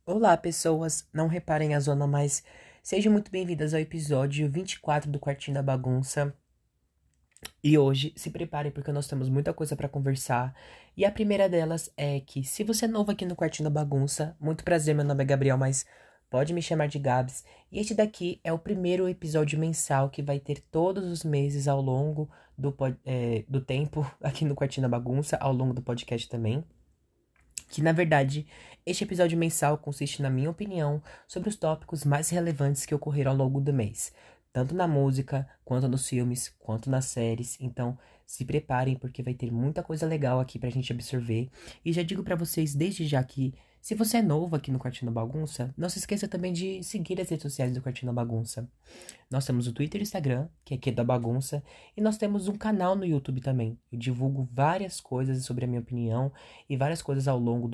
Olá, pessoas! Não reparem a zona, mas sejam muito bem-vindas ao episódio 24 do Quartinho da Bagunça. E hoje, se preparem porque nós temos muita coisa pra conversar. E a primeira delas é que, se você é novo aqui no Quartinho da Bagunça, muito prazer, meu nome é Gabriel, mas pode me chamar de Gabs. E este daqui é o primeiro episódio mensal que vai ter todos os meses ao longo do tempo aqui no Quartinho da Bagunça, ao longo do podcast também. Que na verdade, este episódio mensal consiste, na minha opinião, sobre os tópicos mais relevantes que ocorreram ao longo do mês, tanto na música, quanto nos filmes, quanto nas séries. Então, se preparem porque vai ter muita coisa legal aqui pra gente absorver. E já digo pra vocês desde já que, se você é novo aqui no Quartinho da Bagunça, não se esqueça também de seguir as redes sociais do Quartinho da Bagunça. Nós temos o Twitter e o Instagram, que é aqui da Bagunça, e nós temos um canal no YouTube também. Eu divulgo várias coisas sobre a minha opinião e várias coisas ao longo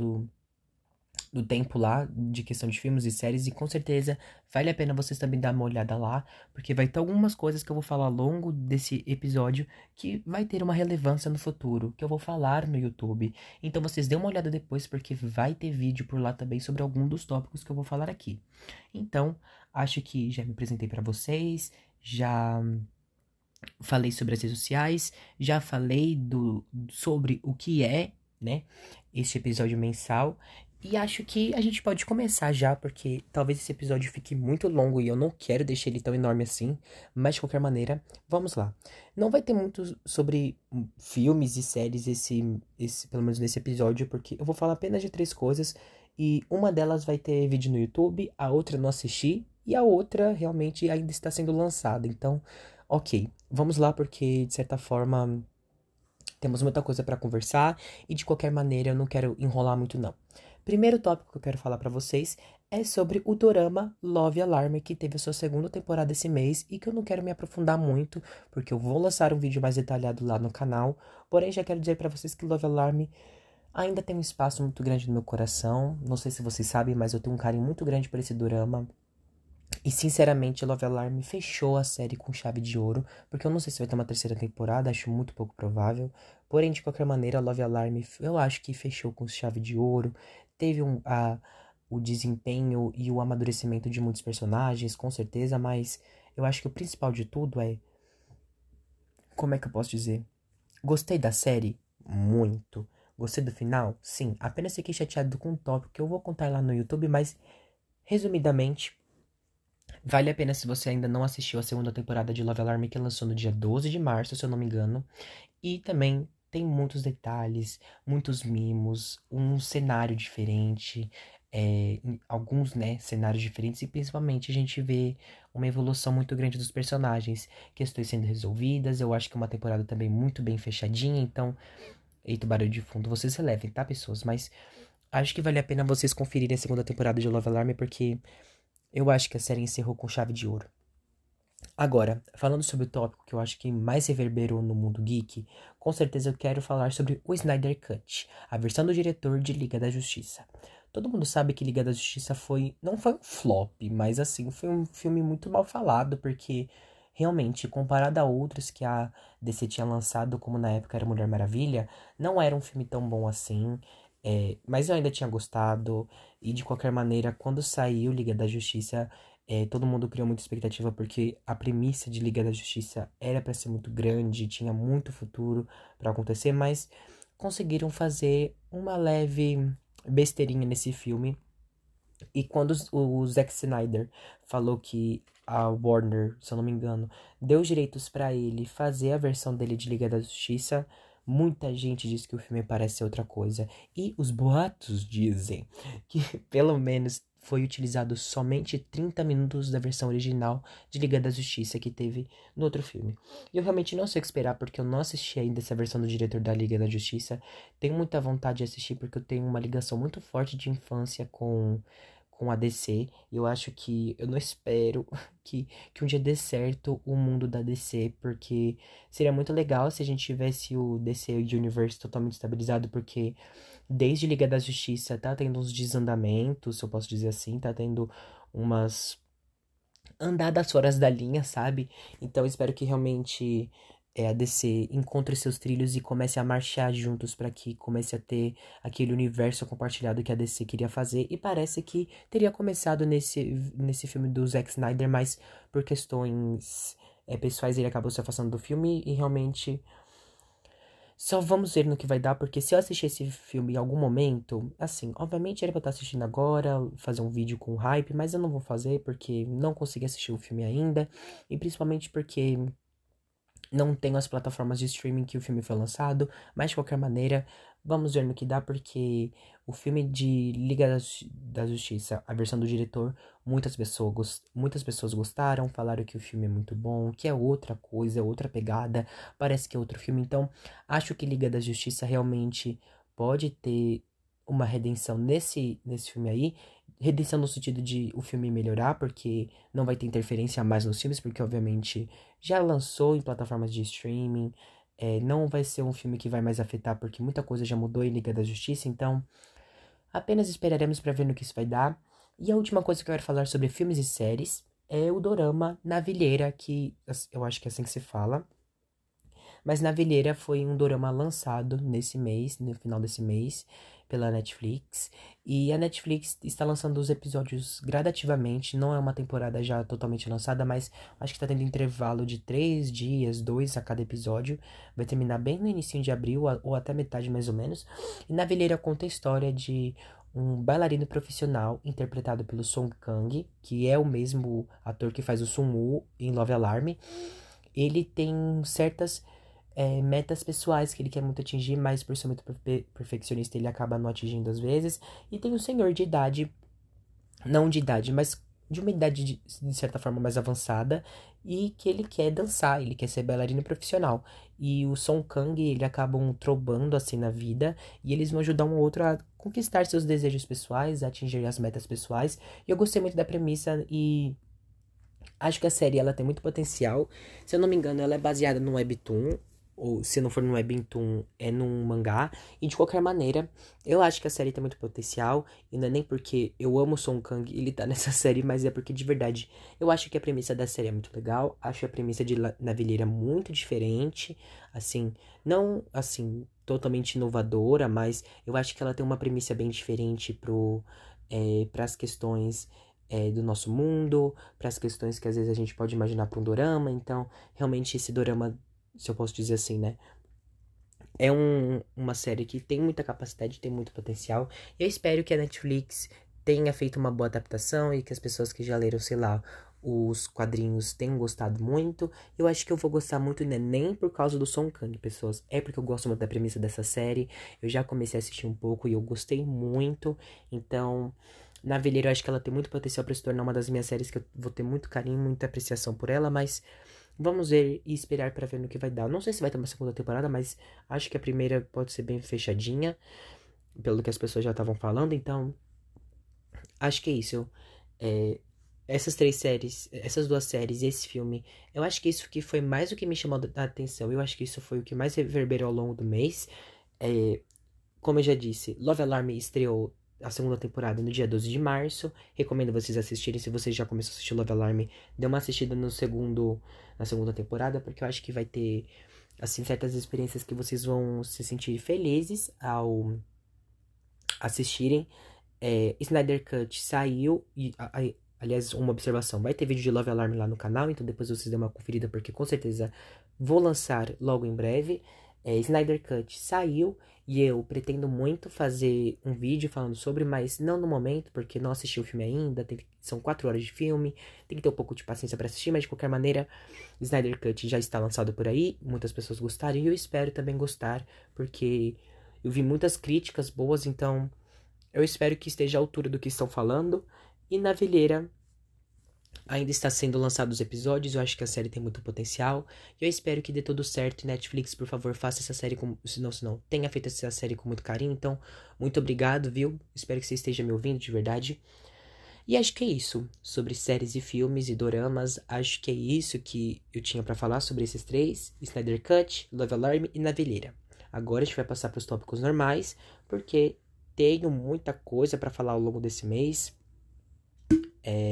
do tempo lá, de questão de filmes e séries, e com certeza vale a pena vocês também dar uma olhada lá, porque vai ter algumas coisas que eu vou falar ao longo desse episódio que vai ter uma relevância no futuro, que eu vou falar no YouTube. Então vocês dêem uma olhada depois, porque vai ter vídeo por lá também sobre algum dos tópicos que eu vou falar aqui. Então, acho que já me apresentei pra vocês, já falei sobre as redes sociais, já falei sobre o que é, né, este episódio mensal. E acho que a gente pode começar já, porque talvez esse episódio fique muito longo e eu não quero deixar ele tão enorme assim. Mas de qualquer maneira, vamos lá. Não vai ter muito sobre filmes e séries pelo menos nesse episódio, porque eu vou falar apenas de três coisas. E uma delas vai ter vídeo no YouTube, a outra eu não assisti, e a outra realmente ainda está sendo lançada. Então, ok, vamos lá, porque de certa forma temos muita coisa pra conversar e de qualquer maneira eu não quero enrolar muito não. Primeiro tópico que eu quero falar pra vocês é sobre o dorama Love Alarm, que teve a sua segunda temporada esse mês e que eu não quero me aprofundar muito, porque eu vou lançar um vídeo mais detalhado lá no canal. Porém, já quero dizer pra vocês que Love Alarm ainda tem um espaço muito grande no meu coração. Não sei se vocês sabem, mas eu tenho um carinho muito grande por esse dorama. E sinceramente, Love Alarm fechou a série com chave de ouro, porque eu não sei se vai ter uma terceira temporada, acho muito pouco provável. Porém, de qualquer maneira, Love Alarm eu acho que fechou com chave de ouro. Teve o desempenho e o amadurecimento de muitos personagens, com certeza, mas eu acho que o principal de tudo é, como é que eu posso dizer? Gostei da série? Muito. Gostei do final? Sim. Apenas fiquei chateado com o tópico que eu vou contar lá no YouTube, mas resumidamente. Vale a pena se você ainda não assistiu a segunda temporada de Love Alarm, que lançou no dia 12 de março, se eu não me engano. E também tem muitos detalhes, muitos mimos, um cenário diferente, alguns, né, cenários diferentes. E principalmente a gente vê uma evolução muito grande dos personagens, questões sendo resolvidas. Eu acho que é uma temporada também muito bem fechadinha, então... Eita, barulho de fundo, vocês relevem, tá, pessoas? Mas acho que vale a pena vocês conferirem a segunda temporada de Love Alarm, porque... eu acho que a série encerrou com chave de ouro. Agora, falando sobre o tópico que eu acho que mais reverberou no mundo geek, com certeza eu quero falar sobre o Snyder Cut, a versão do diretor de Liga da Justiça. Todo mundo sabe que Liga da Justiça não foi um flop, mas assim, foi um filme muito mal falado, porque realmente, comparado a outros que a DC tinha lançado, como na época era Mulher Maravilha, não era um filme tão bom assim. Mas eu ainda tinha gostado, e de qualquer maneira, quando saiu Liga da Justiça, todo mundo criou muita expectativa porque a premissa de Liga da Justiça era pra ser muito grande, tinha muito futuro pra acontecer, mas conseguiram fazer uma leve besteirinha nesse filme. E quando o Zack Snyder falou que a Warner, se eu não me engano, deu os direitos pra ele fazer a versão dele de Liga da Justiça, muita gente disse que o filme parece ser outra coisa. E os boatos dizem que pelo menos foi utilizado somente 30 minutos da versão original de Liga da Justiça que teve no outro filme. E eu realmente não sei o que esperar, porque eu não assisti ainda essa versão do diretor da Liga da Justiça. Tenho muita vontade de assistir porque eu tenho uma ligação muito forte de infância com a DC. Eu acho que eu não espero que um dia dê certo o mundo da DC, porque seria muito legal se a gente tivesse o DC Universe totalmente estabilizado, porque desde Liga da Justiça tá tendo uns desandamentos, se eu posso dizer assim, tá tendo umas andadas fora da linha, sabe? Então espero que realmente a DC encontre seus trilhos e comece a marchar juntos para que comece a ter aquele universo compartilhado que a DC queria fazer. E parece que teria começado nesse filme do Zack Snyder, mas por questões pessoais ele acabou se afastando do filme e realmente só vamos ver no que vai dar, porque se eu assistir esse filme em algum momento, assim, obviamente era pra eu estar assistindo agora, fazer um vídeo com hype, mas eu não vou fazer porque não consegui assistir o filme ainda, e principalmente porque não tenho as plataformas de streaming que o filme foi lançado, mas de qualquer maneira, vamos ver no que dá, porque o filme de Liga da Justiça, a versão do diretor, muitas pessoas gostaram, falaram que o filme é muito bom, que é outra coisa, é outra pegada, parece que é outro filme, então acho que Liga da Justiça realmente pode ter uma redenção nesse filme aí. Redenção no sentido de o filme melhorar, porque não vai ter interferência mais nos filmes, porque obviamente já lançou em plataformas de streaming. Não vai ser um filme que vai mais afetar, porque muita coisa já mudou em Liga da Justiça, então apenas esperaremos para ver no que isso vai dar. E a última coisa que eu quero falar sobre filmes e séries é o dorama Navilheira, que eu acho que é assim que se fala. Mas Navilheira foi um dorama lançado nesse mês, no final desse mês, pela Netflix. E a Netflix está lançando os episódios gradativamente. Não é uma temporada já totalmente lançada, mas acho que está tendo intervalo de 3 dias, 2 a cada episódio. Vai terminar bem no início de abril, ou até metade mais ou menos. E Navilheira conta a história de um bailarino profissional interpretado pelo Song Kang, que é o mesmo ator que faz o Sun-woo em Love Alarm. Ele tem certas metas pessoais que ele quer muito atingir, mas por ser muito perfeccionista ele acaba não atingindo às vezes. E tem um senhor de idade, não de idade, mas de uma idade de certa forma mais avançada, e que ele quer dançar, ele quer ser bailarino profissional. E o Song Kang, ele acabam trombando assim na vida, e eles vão ajudar um ao outro a conquistar seus desejos pessoais, a atingir as metas pessoais. E eu gostei muito da premissa e acho que a série ela tem muito potencial. Se eu não me engano, ela é baseada no webtoon, ou se não for no webtoon, é num mangá. E de qualquer maneira, eu acho que a série tem muito potencial. E não é nem porque eu amo o Song Kang e ele tá nessa série, mas é porque de verdade eu acho que a premissa da série é muito legal. Acho a premissa de Navilheira muito diferente. Assim, não assim, totalmente inovadora, mas eu acho que ela tem uma premissa bem diferente para as questões do nosso mundo, para as questões que às vezes a gente pode imaginar para um dorama. Então, realmente esse dorama, se eu posso dizer assim, né? É uma série que tem muita capacidade, tem muito potencial. E eu espero que a Netflix tenha feito uma boa adaptação e que as pessoas que já leram, sei lá, os quadrinhos tenham gostado muito. Eu acho que eu vou gostar muito, né? Nem por causa do Song Kang, pessoas. É porque eu gosto muito da premissa dessa série. Eu já comecei a assistir um pouco e eu gostei muito. Então, Navilheiro, eu acho que ela tem muito potencial para se tornar uma das minhas séries que eu vou ter muito carinho, muita apreciação por ela, mas vamos ver e esperar pra ver no que vai dar. Não sei se vai ter uma segunda temporada, mas acho que a primeira pode ser bem fechadinha, pelo que as pessoas já estavam falando, então acho que é isso. É, essas 3 séries, essas 2 séries e esse filme, eu acho que isso que foi mais o que me chamou a atenção. Eu acho que isso foi o que mais reverberou ao longo do mês. É, como eu já disse, Love Alarm estreou a segunda temporada no dia 12 de março. Recomendo vocês assistirem. Se vocês já começaram a assistir Love Alarm, dê uma assistida na segunda temporada, porque eu acho que vai ter, assim, certas experiências que vocês vão se sentir felizes ao assistirem. Snyder Cut saiu e, aliás, uma observação, vai ter vídeo de Love Alarm lá no canal, então depois vocês dêem uma conferida, porque com certeza vou lançar logo em breve. Snyder Cut saiu e eu pretendo muito fazer um vídeo falando sobre, mas não no momento, porque não assisti o filme ainda, são 4 horas de filme, tem que ter um pouco de paciência para assistir, mas de qualquer maneira, Snyder Cut já está lançado por aí, muitas pessoas gostaram e eu espero também gostar, porque eu vi muitas críticas boas, então eu espero que esteja à altura do que estão falando. E Navilheira ainda está sendo lançados os episódios. Eu acho que a série tem muito potencial. E eu espero que dê tudo certo. E Netflix, por favor, faça essa série com. Se não, tenha feito essa série com muito carinho. Então, muito obrigado, viu? Espero que você esteja me ouvindo de verdade. E acho que é isso. Sobre séries e filmes e doramas. Acho que é isso que eu tinha pra falar sobre esses 3: Snyder Cut, Love Alarm e Navilheira. Agora a gente vai passar para os tópicos normais, porque tenho muita coisa pra falar ao longo desse mês.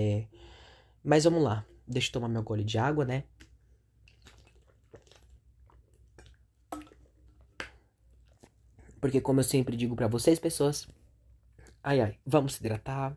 Mas vamos lá. Deixa eu tomar meu gole de água, né? Porque como eu sempre digo pra vocês, pessoas, ai ai, vamos se hidratar,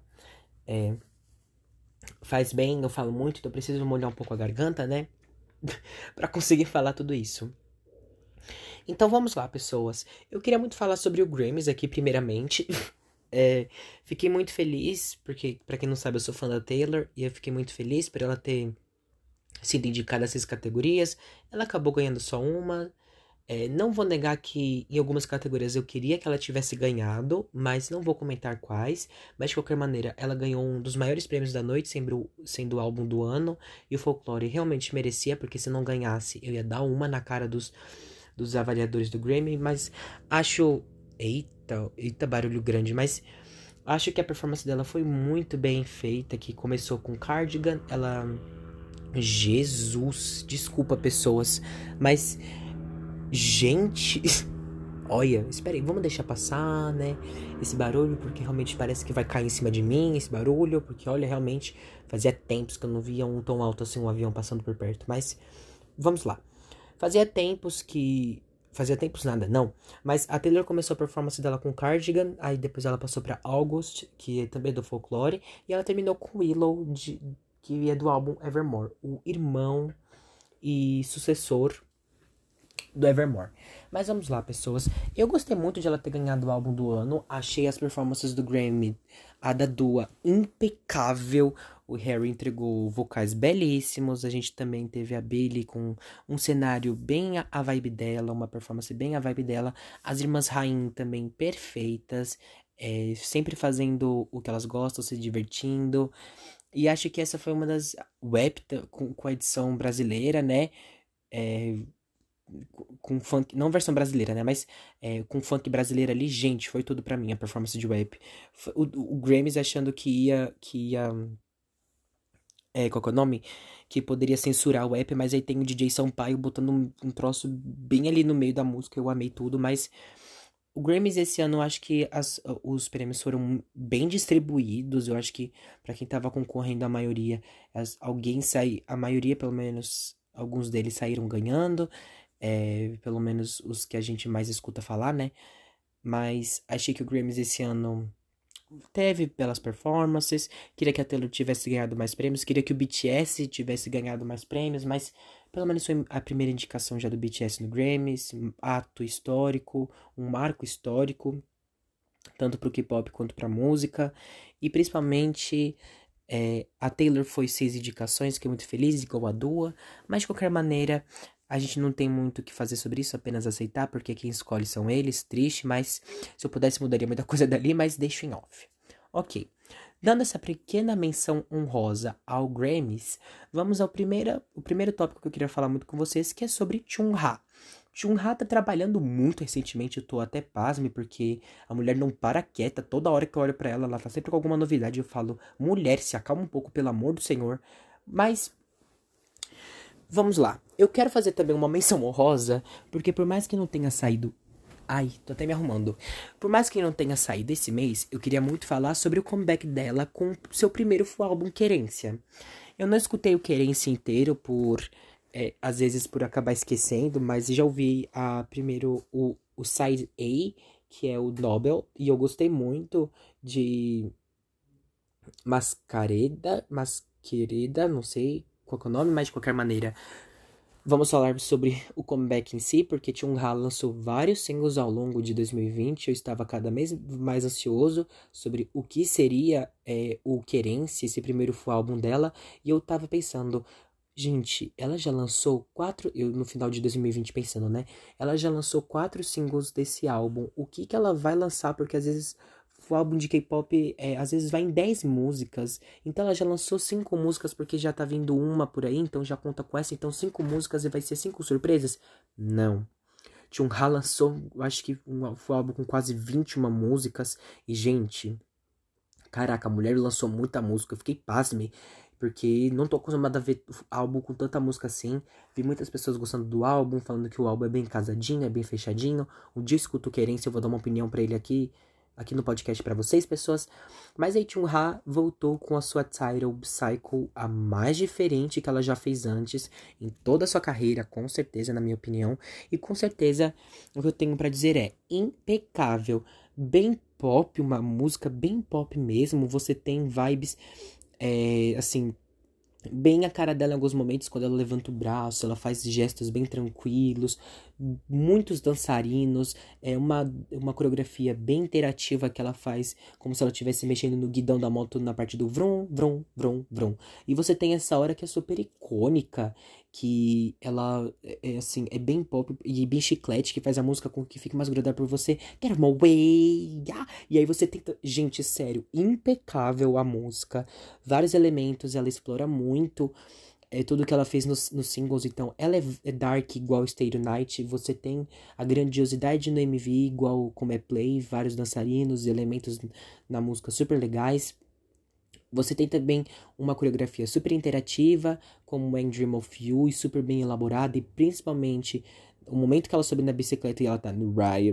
faz bem, eu falo muito, então eu preciso molhar um pouco a garganta, né? Pra conseguir falar tudo isso. Então vamos lá, pessoas. Eu queria muito falar sobre o Grammys aqui, primeiramente. É, fiquei muito feliz, porque, pra quem não sabe, eu sou fã da Taylor, e eu fiquei muito feliz por ela ter sido indicada a 6 categorias. Ela acabou ganhando só uma. Não vou negar que em algumas categorias eu queria que ela tivesse ganhado, mas não vou comentar quais. Mas de qualquer maneira, ela ganhou um dos maiores prêmios da noite, sendo o álbum do ano. E o Folklore realmente merecia, porque se não ganhasse, eu ia dar uma na cara dos avaliadores do Grammy. Mas acho. Eita, barulho grande. Mas acho que a performance dela foi muito bem feita. Que começou com Cardigan. Ela. Jesus, desculpa, pessoas, mas. Gente, olha, espera aí, vamos deixar passar, né? Esse barulho, porque realmente parece que vai cair em cima de mim, esse barulho, porque olha, realmente fazia tempos que eu não via um tão alto assim, um avião passando por perto. Mas vamos lá. Fazia tempos que. Fazia tempos nada, não. Mas a Taylor começou a performance dela com Cardigan, aí depois ela passou pra August, que é também do folclore, e ela terminou com Willow, que é do álbum Evermore, o irmão e sucessor do Evermore. Mas vamos lá, pessoas. Eu gostei muito de ela ter ganhado o álbum do ano. Achei as performances do Grammy, a da Dua, impecável. O Harry entregou vocais belíssimos. A gente também teve a Billie com um cenário bem a vibe dela, uma performance bem a vibe dela. As irmãs Rain também perfeitas. Sempre fazendo o que elas gostam, se divertindo. E acho que essa foi uma das web com a edição brasileira, né? É, com funk, não versão brasileira, né, mas com funk brasileiro ali, gente, foi tudo pra mim, a performance de Wap. O Grammys achando qual que é o nome? Que poderia censurar o app, mas aí tem o DJ Sampaio botando um troço bem ali no meio da música, eu amei tudo, mas o Grammys esse ano, eu acho que os prêmios foram bem distribuídos, eu acho que pra quem tava concorrendo a maioria, a maioria pelo menos, alguns deles saíram ganhando, pelo menos os que a gente mais escuta falar, né? Mas achei que o Grammys esse ano teve pelas performances. Queria que a Taylor tivesse ganhado mais prêmios. Queria que o BTS tivesse ganhado mais prêmios. Mas pelo menos foi a primeira indicação já do BTS no Grammys. Um ato histórico, um marco histórico. Tanto pro K-pop quanto pra música. E principalmente a Taylor foi 6 indicações. Fiquei muito feliz, igual a Dua. Mas de qualquer maneira, a gente não tem muito o que fazer sobre isso, apenas aceitar, porque quem escolhe são eles, triste, mas se eu pudesse mudaria muita coisa dali, mas deixo em off. Ok, dando essa pequena menção honrosa ao Grammys, vamos ao o primeiro tópico que eu queria falar muito com vocês, que é sobre Chungha. Chungha tá trabalhando muito recentemente, eu tô até pasme, porque a mulher não para quieta, toda hora que eu olho pra ela, ela tá sempre com alguma novidade, eu falo, mulher, se acalma um pouco, pelo amor do Senhor, mas vamos lá. Eu quero fazer também uma menção honrosa, porque por mais que não tenha saído. Ai, tô até me arrumando. Por mais que não tenha saído esse mês, eu queria muito falar sobre o comeback dela com seu primeiro álbum Querência. Eu não escutei o Querência inteiro às vezes por acabar esquecendo, mas já ouvi primeiro o Side A, que é o Nobel, e eu gostei muito de Masquereda, não sei qual que é o nome, mas de qualquer maneira, vamos falar sobre o comeback em si, porque Chungha lançou vários singles ao longo de 2020. Eu estava cada vez mais ansioso sobre o que seria o Querência, esse primeiro álbum dela. E eu tava pensando, gente, ela já lançou 4. Eu no final de 2020 pensando, né? Ela já lançou 4 singles desse álbum. O que que ela vai lançar? Porque às vezes o álbum de K-pop às vezes vai em 10 músicas. Então ela já lançou 5 músicas porque já tá vindo uma por aí, então já conta com essa. Então 5 músicas e vai ser 5 surpresas? Não. Chungha lançou, acho que um álbum com quase 21 músicas. E, gente, caraca, a mulher lançou muita música. Eu fiquei pasme, porque não tô acostumado a ver álbum com tanta música assim. Vi muitas pessoas gostando do álbum, falando que o álbum é bem casadinho, é bem fechadinho. Um dia eu escuto o Querência, eu vou dar uma opinião pra ele aqui. aqui no podcast pra vocês, pessoas. Mas a Chungha voltou com a sua title Psycho, a mais diferente que ela já fez antes em toda a sua carreira, com certeza, na minha opinião. E com certeza, o que eu tenho pra dizer é impecável, bem pop, uma música bem pop mesmo. Você tem vibes, assim, bem a cara dela em alguns momentos, quando ela levanta o braço, ela faz gestos bem tranquilos, muitos dançarinos, uma coreografia bem interativa que ela faz, como se ela estivesse mexendo no guidão da moto na parte do vrum, vrum, vrum, vrum. E você tem essa hora que é super icônica, que ela assim, é bem pop e bem chiclete, que faz a música com que fique mais grudada por você. Get my way, yeah. E aí você tenta... Gente, sério, impecável a música. Vários elementos, ela explora muito tudo que ela fez nos singles. Então, ela é dark igual Stay the Night. Você tem a grandiosidade no MV igual como é Play, vários dançarinos, elementos na música super legais. Você tem também uma coreografia super interativa, como em Dream of You, e super bem elaborada, e principalmente o momento que ela sobe na bicicleta e ela tá no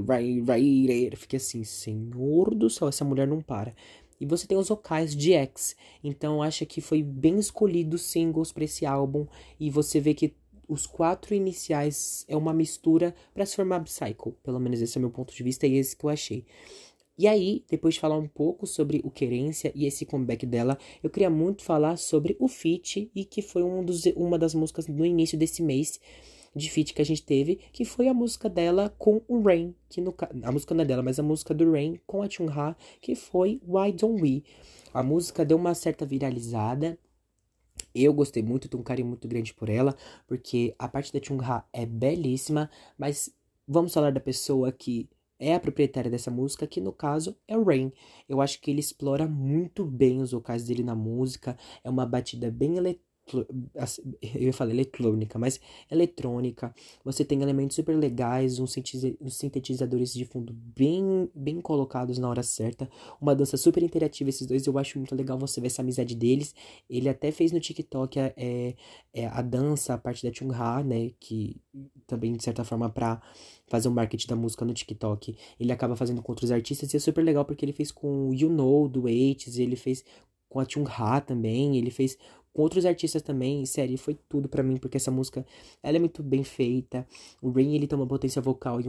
eu fiquei assim, senhor do céu, essa mulher não para. E você tem os vocais de X, então acho que foi bem escolhido os singles pra esse álbum, e você vê que os 4 iniciais é uma mistura pra se formar Psycho, pelo menos esse é o meu ponto de vista e esse que eu achei. E aí, depois de falar um pouco sobre o Querência e esse comeback dela, eu queria muito falar sobre o feat, e que foi uma das músicas no início desse mês de feat que a gente teve, que foi a música dela com o Rain, a música não é dela, mas a música do Rain com a Chungha, que foi Why Don't We? A música deu uma certa viralizada. Eu gostei muito, tenho um carinho muito grande por ela, porque a parte da Chungha é belíssima, mas vamos falar da pessoa que é a proprietária dessa música, que no caso é o Rain. Eu acho que ele explora muito bem os vocais dele na música, é uma batida bem eu ia falar eletrônica, mas eletrônica. Você tem elementos super legais, uns sintetizadores de fundo bem colocados na hora certa, uma dança super interativa, esses dois eu acho muito legal você ver essa amizade deles. Ele até fez no TikTok a dança, a parte da Chungha, né, que também de certa forma pra fazer o marketing da música no TikTok, ele acaba fazendo com outros artistas, e é super legal porque ele fez com o You Know, do Eights, ele fez com a Chungha também, ele fez com outros artistas também, sério, foi tudo pra mim, porque essa música, ela é muito bem feita. O Rain, ele tem uma potência vocal e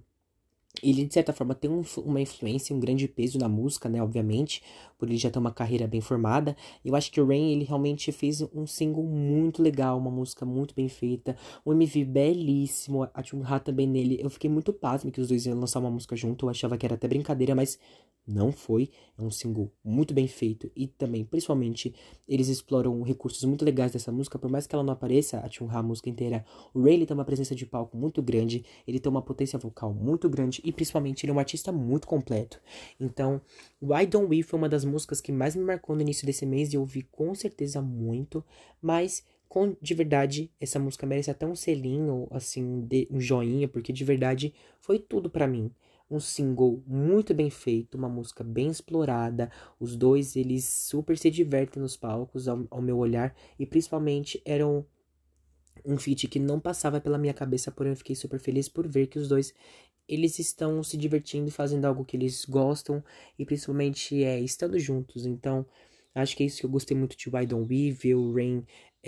ele, de certa forma, tem uma influência, um grande peso na música, né, obviamente, por ele já ter uma carreira bem formada. Eu acho que o Rain, ele realmente fez um single muito legal, uma música muito bem feita, um MV belíssimo, a Chungha também nele. Eu fiquei muito pasmo que os dois iam lançar uma música junto, eu achava que era até brincadeira, mas não foi. É um single muito bem feito, e também, principalmente, eles exploram recursos muito legais dessa música, por mais que ela não apareça, a Chungha, a música inteira. O Rain, ele tem uma presença de palco muito grande, ele tem uma potência vocal muito grande, e principalmente ele é um artista muito completo. Então, Why Don't We foi uma das músicas que mais me marcou no início desse mês, e eu ouvi com certeza muito, mas de verdade, essa música merece até um selinho, assim, um joinha, porque de verdade foi tudo pra mim. Um single muito bem feito, uma música bem explorada, os dois, eles super se divertem nos palcos, ao meu olhar, e principalmente eram um feat que não passava pela minha cabeça, porém eu fiquei super feliz por ver que os dois, eles estão se divertindo e fazendo algo que eles gostam, e principalmente estando juntos. Então, acho que é isso que eu gostei muito de Why Don't We, ver o Rain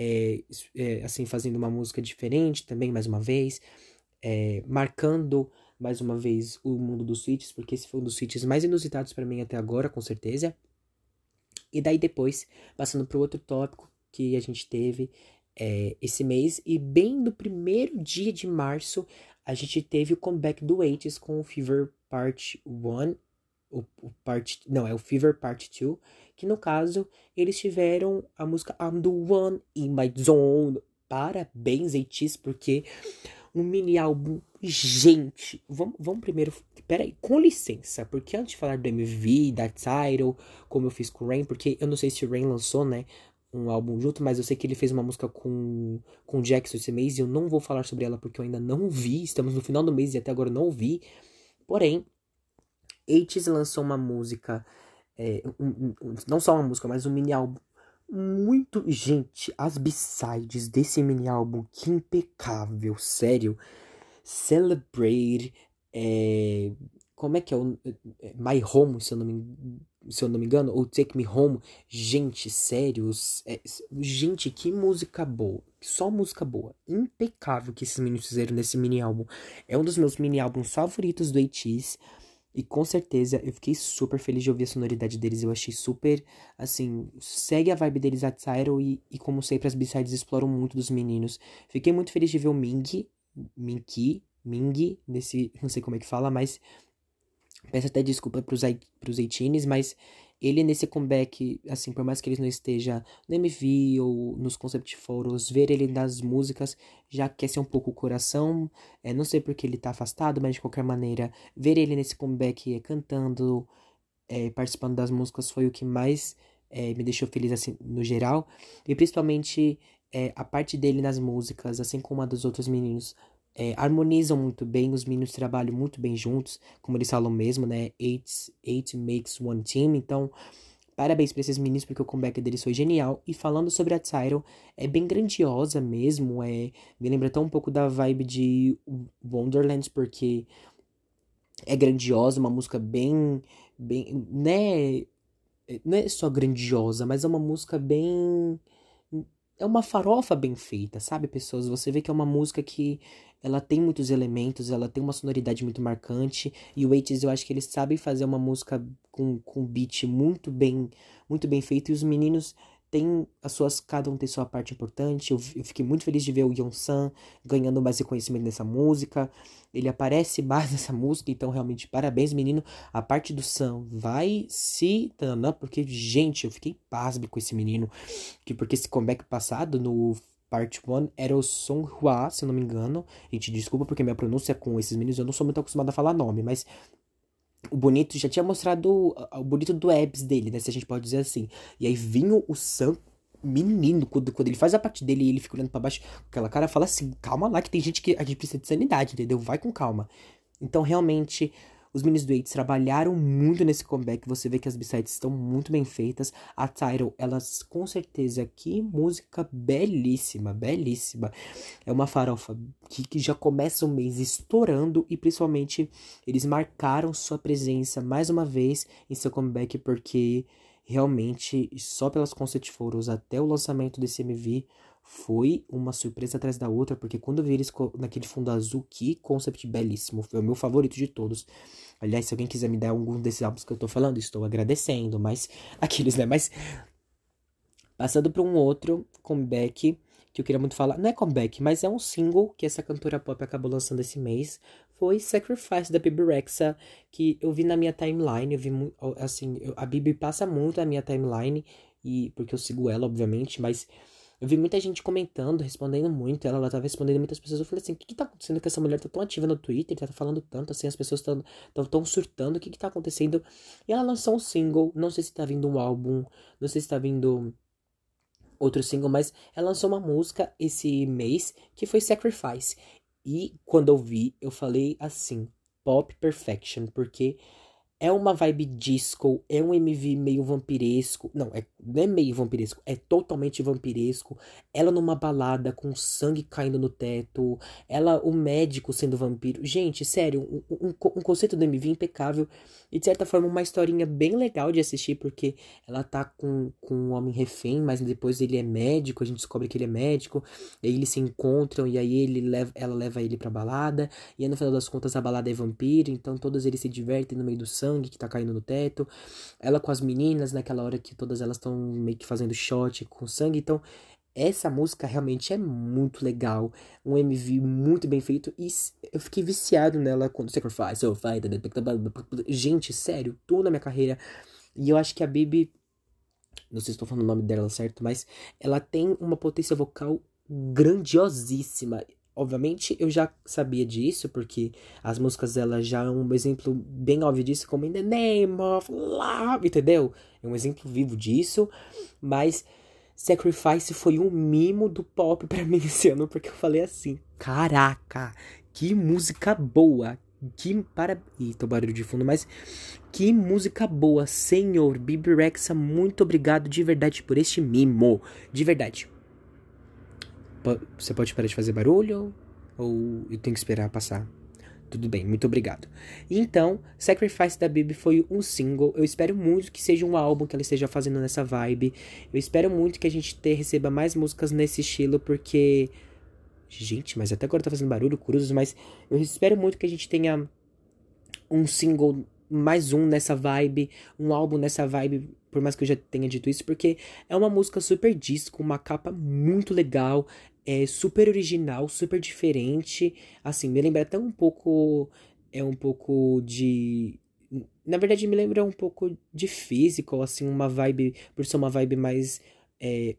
assim, fazendo uma música diferente também, mais uma vez, marcando mais uma vez o mundo dos feats, porque esse foi um dos feats mais inusitados pra mim até agora, com certeza. E daí depois, passando pro outro tópico que a gente teve esse mês, e bem no primeiro dia de março, a gente teve o comeback do Eighties com o Fever Part 1, o Fever Part 2, que no caso, eles tiveram a música I'm the One in My Zone. Parabéns, Eighties, porque um mini álbum, gente, vamos primeiro, peraí, com licença, porque antes de falar do MV, da title, como eu fiz com o Rain, porque eu não sei se o Rain lançou, né, um álbum junto, mas eu sei que ele fez uma música com o Jackson esse mês, e eu não vou falar sobre ela porque eu ainda não vi, estamos no final do mês e até agora eu não ouvi. Porém, Eighties lançou uma música, não só uma música, mas um mini álbum muito... Gente, as B-sides desse mini álbum, que impecável, sério. Celebrate, Como é que é o My Home, se eu não me engano, ou Take Me Home. Gente, sério, gente, que música boa. Só música boa. Impecável que esses meninos fizeram nesse mini álbum. É um dos meus mini álbuns favoritos do ATEEZ. E com certeza eu fiquei super feliz de ouvir a sonoridade deles. Eu achei super, assim, segue a vibe deles a Tyro e como sempre as B-sides exploram muito dos meninos. Fiquei muito feliz de ver o Ming, nesse, não sei como é que fala, mas peço até desculpa pros 18s, mas ele nesse comeback, assim, por mais que ele não esteja no MV ou nos concept photos, ver ele nas músicas já aquece um pouco o coração. Não sei porque ele tá afastado, mas de qualquer maneira, ver ele nesse comeback cantando, participando das músicas foi o que mais me deixou feliz, assim, no geral. E principalmente a parte dele nas músicas, assim como a dos outros meninos, harmonizam muito bem, os meninos trabalham muito bem juntos, como eles falam mesmo, né? Eight makes one team. Então, parabéns pra esses meninos, porque o comeback deles foi genial. E falando sobre a Tidal, é bem grandiosa mesmo. Me lembra até um pouco da vibe de Wonderland, porque é grandiosa, uma música bem, né? Não é só grandiosa, mas é uma música bem. É uma farofa bem feita, sabe, pessoas? Você vê que é uma música que ela tem muitos elementos, ela tem uma sonoridade muito marcante. E o Waits, eu acho que eles sabem fazer uma música com beat muito bem feito. E os meninos têm cada um tem sua parte importante. Eu fiquei muito feliz de ver o Yeonsan ganhando mais reconhecimento nessa música. Ele aparece mais nessa música, então realmente parabéns, menino. A parte do Sam vai se danar, porque, gente, eu fiquei pasmo com esse menino. Porque esse comeback passado, no Part 1, era o Song Hwa, se eu não me engano. Gente, desculpa porque minha pronúncia com esses meninos, eu não sou muito acostumado a falar nome, mas o Bonito já tinha mostrado o bonito do abs dele, né, se a gente pode dizer assim. E aí vinha o Sam, menino, quando ele faz a parte dele e ele fica olhando pra baixo, com aquela cara, fala assim, calma lá que tem gente que a gente precisa de sanidade, entendeu? Vai com calma. Então, realmente, os meninos do Eights trabalharam muito nesse comeback. Você vê que as B-sides estão muito bem feitas. A Tidal, elas, com certeza, que música belíssima, belíssima. É uma farofa que já começa o mês estourando. E, principalmente, eles marcaram sua presença mais uma vez em seu comeback. Porque, realmente, só pelas concept photos até o lançamento desse MV... foi uma surpresa atrás da outra, porque quando eu vi eles naquele fundo azul, que concept belíssimo. Foi o meu favorito de todos. Aliás, se alguém quiser me dar algum desses álbuns que eu tô falando, estou agradecendo. Mas, aqueles, né? Mas, passando pra um outro comeback, que eu queria muito falar. Não é comeback, mas é um single que essa cantora pop acabou lançando esse mês. Foi Sacrifice, da Bibi Rexha, que eu vi na minha timeline. Eu vi, assim, a Bibi passa muito na minha timeline, porque eu sigo ela, obviamente, mas... eu vi muita gente comentando, respondendo muito. Ela tava respondendo muitas pessoas. Eu falei assim, o que tá acontecendo que essa mulher tá tão ativa no Twitter, tá falando tanto, assim, as pessoas tão surtando, o que tá acontecendo? E ela lançou um single, não sei se tá vindo um álbum, não sei se tá vindo outro single, mas ela lançou uma música esse mês, que foi Sacrifice. E quando eu vi, eu falei assim, Pop Perfection, porque... é uma vibe disco, é um MV meio vampiresco. Não é meio vampiresco, é totalmente vampiresco. Ela numa balada com sangue caindo no teto. Ela, o médico sendo vampiro. Gente, sério, um conceito do MV impecável. E de certa forma uma historinha bem legal de assistir, porque ela tá com um homem refém, mas depois ele é médico, a gente descobre que ele é médico. E aí eles se encontram, e aí ela leva ele pra balada. E aí no final das contas a balada é vampiro, então todos eles se divertem no meio do sangue que tá caindo no teto. Ela com as meninas, naquela hora que todas elas estão meio que fazendo shot com sangue. Então, essa música realmente é muito legal. Um MV muito bem feito. E eu fiquei viciado nela quando Sacrifice, so fight. Gente, sério, tudo na minha carreira. E eu acho que a Bibi, não sei se estou falando o nome dela certo, mas ela tem uma potência vocal grandiosíssima. Obviamente, eu já sabia disso, porque as músicas dela já é um exemplo bem óbvio disso, como In the Name of Love, entendeu? É um exemplo vivo disso, mas Sacrifice foi um mimo do pop pra mim esse ano, porque eu falei assim, caraca, que música boa, Eita, o barulho de fundo, mas que música boa, senhor Bibi Rexha, muito obrigado de verdade por este mimo, de verdade. Você pode parar de fazer barulho? Ou eu tenho que esperar passar? Tudo bem, muito obrigado. Então, Sacrifice da Bibi foi um single. Eu espero muito que seja um álbum que ela esteja fazendo nessa vibe. Eu espero muito que a gente receba mais músicas nesse estilo, porque. Gente, mas até agora tá fazendo barulho, cruzes, mas eu espero muito que a gente tenha um single, mais um nessa vibe, um álbum nessa vibe, por mais que eu já tenha dito isso, porque é uma música super disco, uma capa muito legal, é super original, super diferente, assim, me lembra até um pouco, um pouco de... Na verdade, me lembra um pouco de Physical, assim, uma vibe, por ser uma vibe mais é,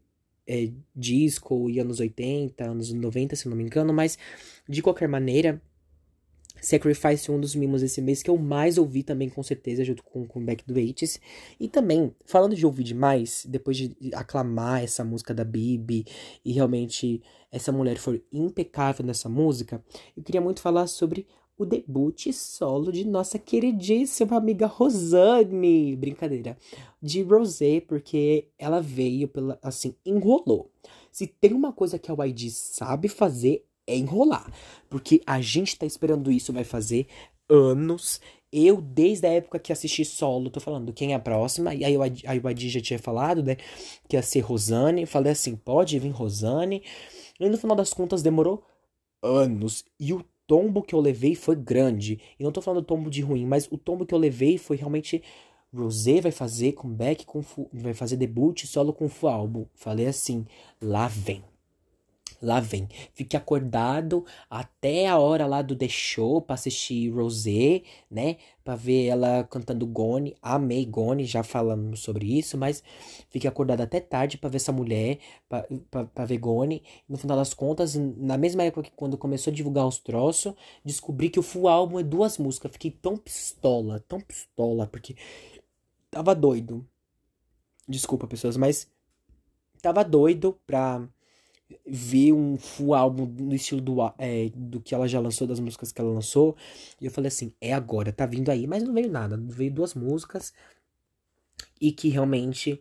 disco e anos 80, anos 90, se eu não me engano, mas de qualquer maneira, Sacrifice é um dos mimos esse mês que eu mais ouvi também, com certeza, junto com Back do 80s. E também, falando de ouvir demais, depois de aclamar essa música da Bibi, e realmente essa mulher foi impecável nessa música, eu queria muito falar sobre o debut solo de nossa queridíssima amiga Rosane. Brincadeira. De Rosé, porque ela veio pela, assim, enrolou. Se tem uma coisa que a YG sabe fazer, é enrolar. Porque a gente tá esperando isso, vai fazer anos. Eu, desde a época que assisti solo, tô falando quem é a próxima. E aí a YG já tinha falado, né? Que ia ser Rosane. Falei assim, pode vir Rosane. E no final das contas demorou anos. E o tombo que eu levei foi grande. E não tô falando tombo de ruim, mas o tombo que eu levei foi realmente. Rosé vai fazer comeback vai fazer debut solo com full álbum. Falei assim, lá vem. Lá vem. Fique acordado até a hora lá do The Show pra assistir Rosé, né? Pra ver ela cantando Gone. Amei Gone, já falamos sobre isso, mas fique acordado até tarde pra ver essa mulher, pra ver Gone. No final das contas, na mesma época que quando começou a divulgar os troços, descobri que o full álbum é duas músicas. Fiquei tão pistola, porque tava doido. Desculpa, pessoas, mas tava doido pra ver um full álbum no estilo do que ela já lançou, das músicas que ela lançou. E eu falei assim, é agora, tá vindo aí. Mas não veio nada, veio duas músicas. E que realmente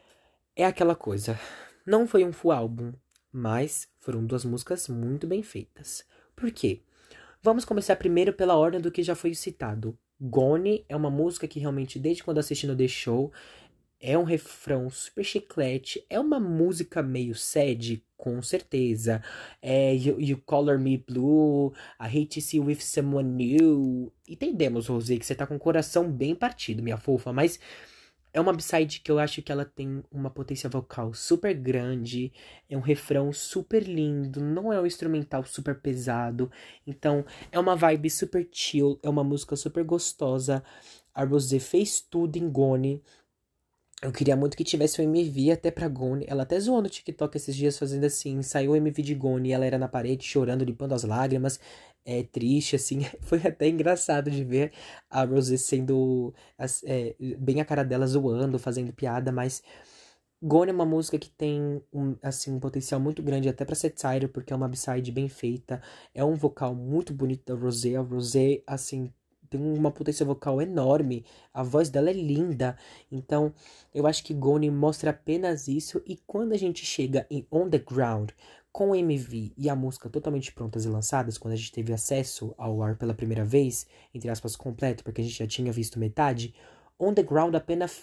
é aquela coisa. Não foi um full álbum, mas foram duas músicas muito bem feitas. Por quê? Vamos começar primeiro pela ordem do que já foi citado. Gone é uma música que realmente, desde quando assisti no The Show, é um refrão super chiclete. É uma música meio sad, com certeza. You Color Me Blue. I Hate to See You With Someone New. Entendemos, Rosé, que você tá com o coração bem partido, minha fofa. Mas é uma upside que eu acho que ela tem uma potência vocal super grande. É um refrão super lindo. Não é um instrumental super pesado. Então, é uma vibe super chill. É uma música super gostosa. A Rosé fez tudo em Gone. Eu queria muito que tivesse um MV até pra Gone. Ela até zoou no TikTok esses dias fazendo assim. Saiu o MV de Gone e ela era na parede chorando, limpando as lágrimas. É triste, assim. Foi até engraçado de ver a Rosé sendo bem a cara dela zoando, fazendo piada, mas Gone é uma música que tem assim, um potencial muito grande até pra ser Tidal, porque é uma b-side bem feita. É um vocal muito bonito da Rosé. A Rosé, assim, tem uma potência vocal enorme. A voz dela é linda. Então, eu acho que Gone mostra apenas isso. E quando a gente chega em On The Ground, com o MV e a música totalmente prontas e lançadas, quando a gente teve acesso ao ar pela primeira vez, entre aspas, completo, porque a gente já tinha visto metade, On The Ground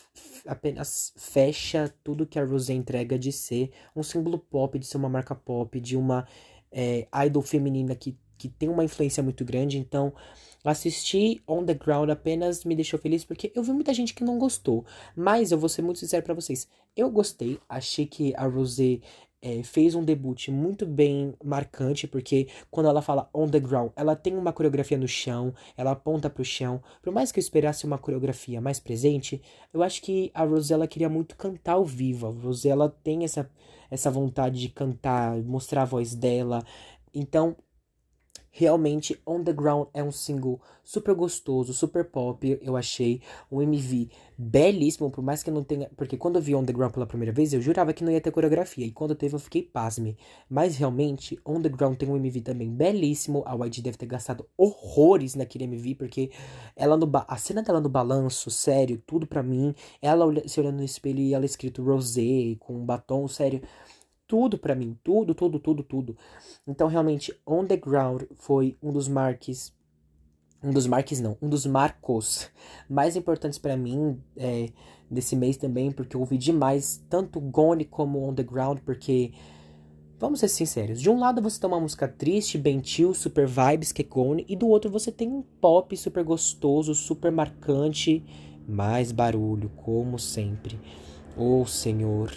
apenas fecha tudo que a Rosé entrega de ser um símbolo pop, de ser uma marca pop, de uma idol feminina que tem uma influência muito grande. Então, assistir On The Ground apenas me deixou feliz, porque eu vi muita gente que não gostou. Mas eu vou ser muito sincero pra vocês. Eu gostei, achei que a Rosé fez um debut muito bem marcante, porque quando ela fala on the ground, ela tem uma coreografia no chão, ela aponta pro chão. Por mais que eu esperasse uma coreografia mais presente, eu acho que a Rosella queria muito cantar ao vivo. A Rosella tem essa vontade de cantar, mostrar a voz dela. Então, realmente, On The Ground é um single super gostoso, super pop, eu achei. Um MV belíssimo, por mais que eu não tenha... Porque quando eu vi On The Ground pela primeira vez, eu jurava que não ia ter coreografia. E quando teve, eu fiquei pasme. Mas realmente, On The Ground tem um MV também belíssimo. A YG deve ter gastado horrores naquele MV, porque ela a cena dela no balanço, sério, tudo pra mim. Ela se olhando no espelho e ela escrito Rosé, com um batom, sério. Tudo pra mim, tudo. Então, realmente, On The Ground foi um dos marques Um dos marcos mais importantes pra mim desse mês também, porque eu ouvi demais tanto Gone como On The Ground, porque, vamos ser sinceros, de um lado você tem uma música triste, bem chill, super vibes, que é Gone, e do outro você tem um pop super gostoso, super marcante, mais barulho, como sempre. Ô Senhor,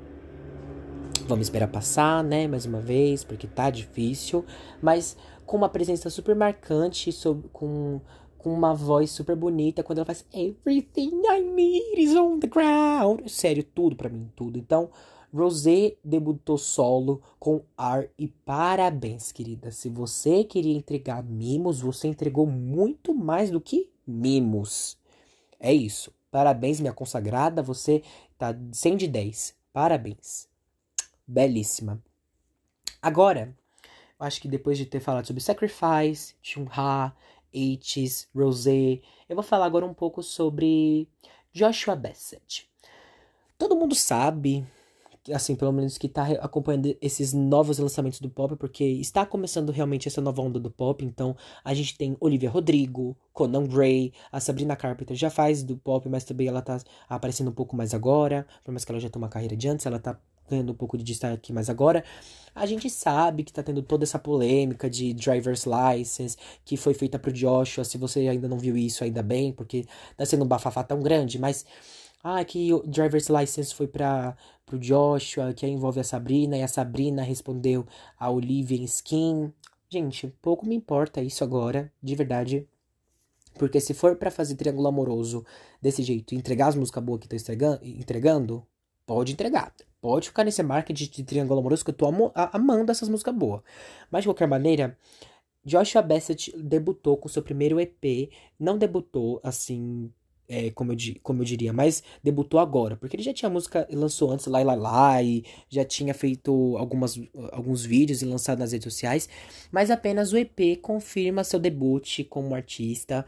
vamos esperar passar, né, mais uma vez, porque tá difícil, mas com uma presença super marcante, com uma voz super bonita, quando ela faz Everything I need is on the ground. Sério, tudo pra mim, tudo. Então, Rosé debutou solo com R e parabéns, querida. Se você queria entregar mimos, você entregou muito mais do que mimos. É isso. Parabéns, minha consagrada, você tá 100 de 10. Parabéns. Belíssima. Agora, eu acho que depois de ter falado sobre Sacrifice, Chungha, H's, Rosé, eu vou falar agora um pouco sobre Joshua Bassett. Todo mundo sabe, assim, pelo menos que tá acompanhando esses novos lançamentos do pop, porque está começando realmente essa nova onda do pop, então a gente tem Olivia Rodrigo, Conan Gray, a Sabrina Carpenter já faz do pop, mas também ela tá aparecendo um pouco mais agora, por mais que ela já tenha uma carreira de antes, ela tá ganhando um pouco de destaque mais agora. A gente sabe que tá tendo toda essa polêmica de Driver's License, que foi feita pro Joshua, se você ainda não viu isso, ainda bem, porque tá sendo um bafafá tão grande, mas... que o Driver's License foi pro Joshua, que aí envolve a Sabrina, e a Sabrina respondeu a Olivia Skin. Gente, pouco me importa isso agora, de verdade. Porque se for pra fazer triângulo amoroso desse jeito e entregar as músicas boas que tô entregando, pode entregar. Pode ficar nesse marketing de triângulo amoroso que eu tô amando essas músicas boas. Mas de qualquer maneira, Joshua Bassett debutou com seu primeiro EP. Não debutou assim, como eu diria, mas debutou agora. Porque ele já tinha música, lançou antes Lai Lai Lai, já tinha feito alguns vídeos e lançado nas redes sociais. Mas apenas o EP confirma seu debut como artista.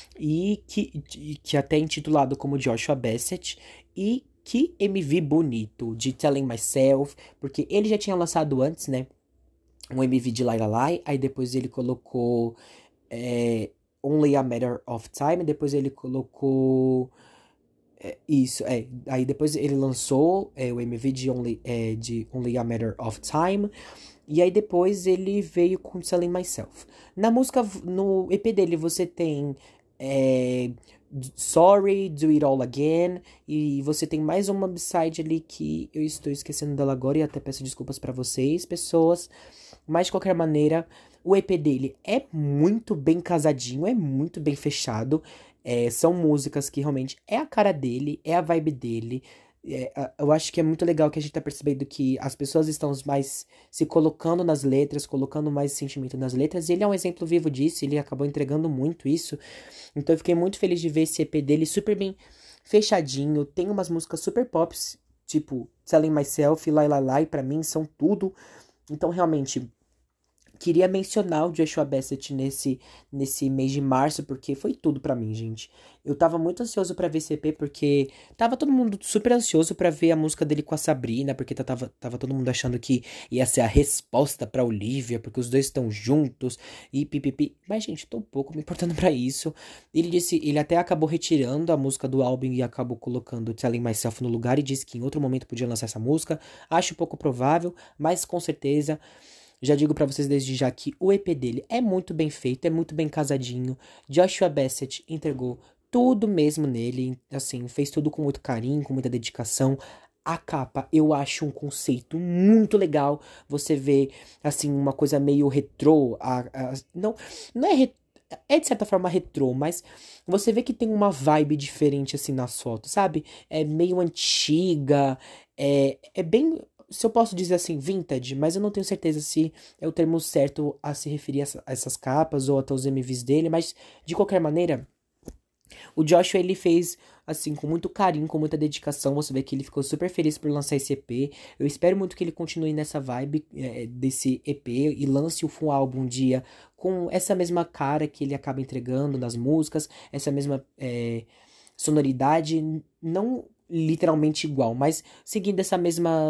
Que até é intitulado como Joshua Bassett. E que MV bonito de Telling Myself. Porque ele já tinha lançado antes, né? Um MV de Lai Lai Lai, aí depois ele colocou Only a Matter of Time, depois ele colocou aí depois ele lançou o MV de Only a Matter of Time, e aí depois ele veio com Selling Myself. Na música, no EP dele você tem Sorry, Do It All Again, e você tem mais uma B-side ali que eu estou esquecendo dela agora e até peço desculpas pra vocês, pessoas. Mas de qualquer maneira, o EP dele é muito bem casadinho, é muito bem fechado. São músicas que realmente é a cara dele, é a vibe dele. Eu acho que é muito legal que a gente tá percebendo que as pessoas estão mais se colocando nas letras, colocando mais sentimento nas letras. E ele é um exemplo vivo disso, ele acabou entregando muito isso. Então eu fiquei muito feliz de ver esse EP dele super bem fechadinho. Tem umas músicas super pops, tipo Telling Myself, Lai Lai Lai, pra mim são tudo. Então realmente... Queria mencionar o Joshua Bassett nesse mês de março, porque foi tudo pra mim, gente. Eu tava muito ansioso pra ver esse EP, porque tava todo mundo super ansioso pra ver a música dele com a Sabrina, porque tava todo mundo achando que ia ser a resposta pra Olivia, porque os dois estão juntos, e pipipi. Mas, gente, tô um pouco me importando pra isso. Ele até acabou retirando a música do álbum e acabou colocando Telling Myself no lugar, e disse que em outro momento podia lançar essa música. Acho pouco provável, mas com certeza... Já digo pra vocês desde já que o EP dele é muito bem feito, é muito bem casadinho. Joshua Bassett entregou tudo mesmo nele, assim, fez tudo com muito carinho, com muita dedicação. A capa eu acho um conceito muito legal. Você vê, assim, uma coisa meio retrô. Não é retrô. É de certa forma retrô, mas você vê que tem uma vibe diferente assim nas fotos, sabe? É meio antiga, é bem, se eu posso dizer assim, vintage, mas eu não tenho certeza se é o termo certo a se referir a essas capas ou até os MVs dele, mas de qualquer maneira, o Joshua ele fez assim com muito carinho, com muita dedicação. Você vê que ele ficou super feliz por lançar esse EP. Eu espero muito que ele continue nessa vibe desse EP e lance o full álbum um dia com essa mesma cara que ele acaba entregando nas músicas, essa mesma sonoridade, não literalmente igual, mas seguindo essa mesma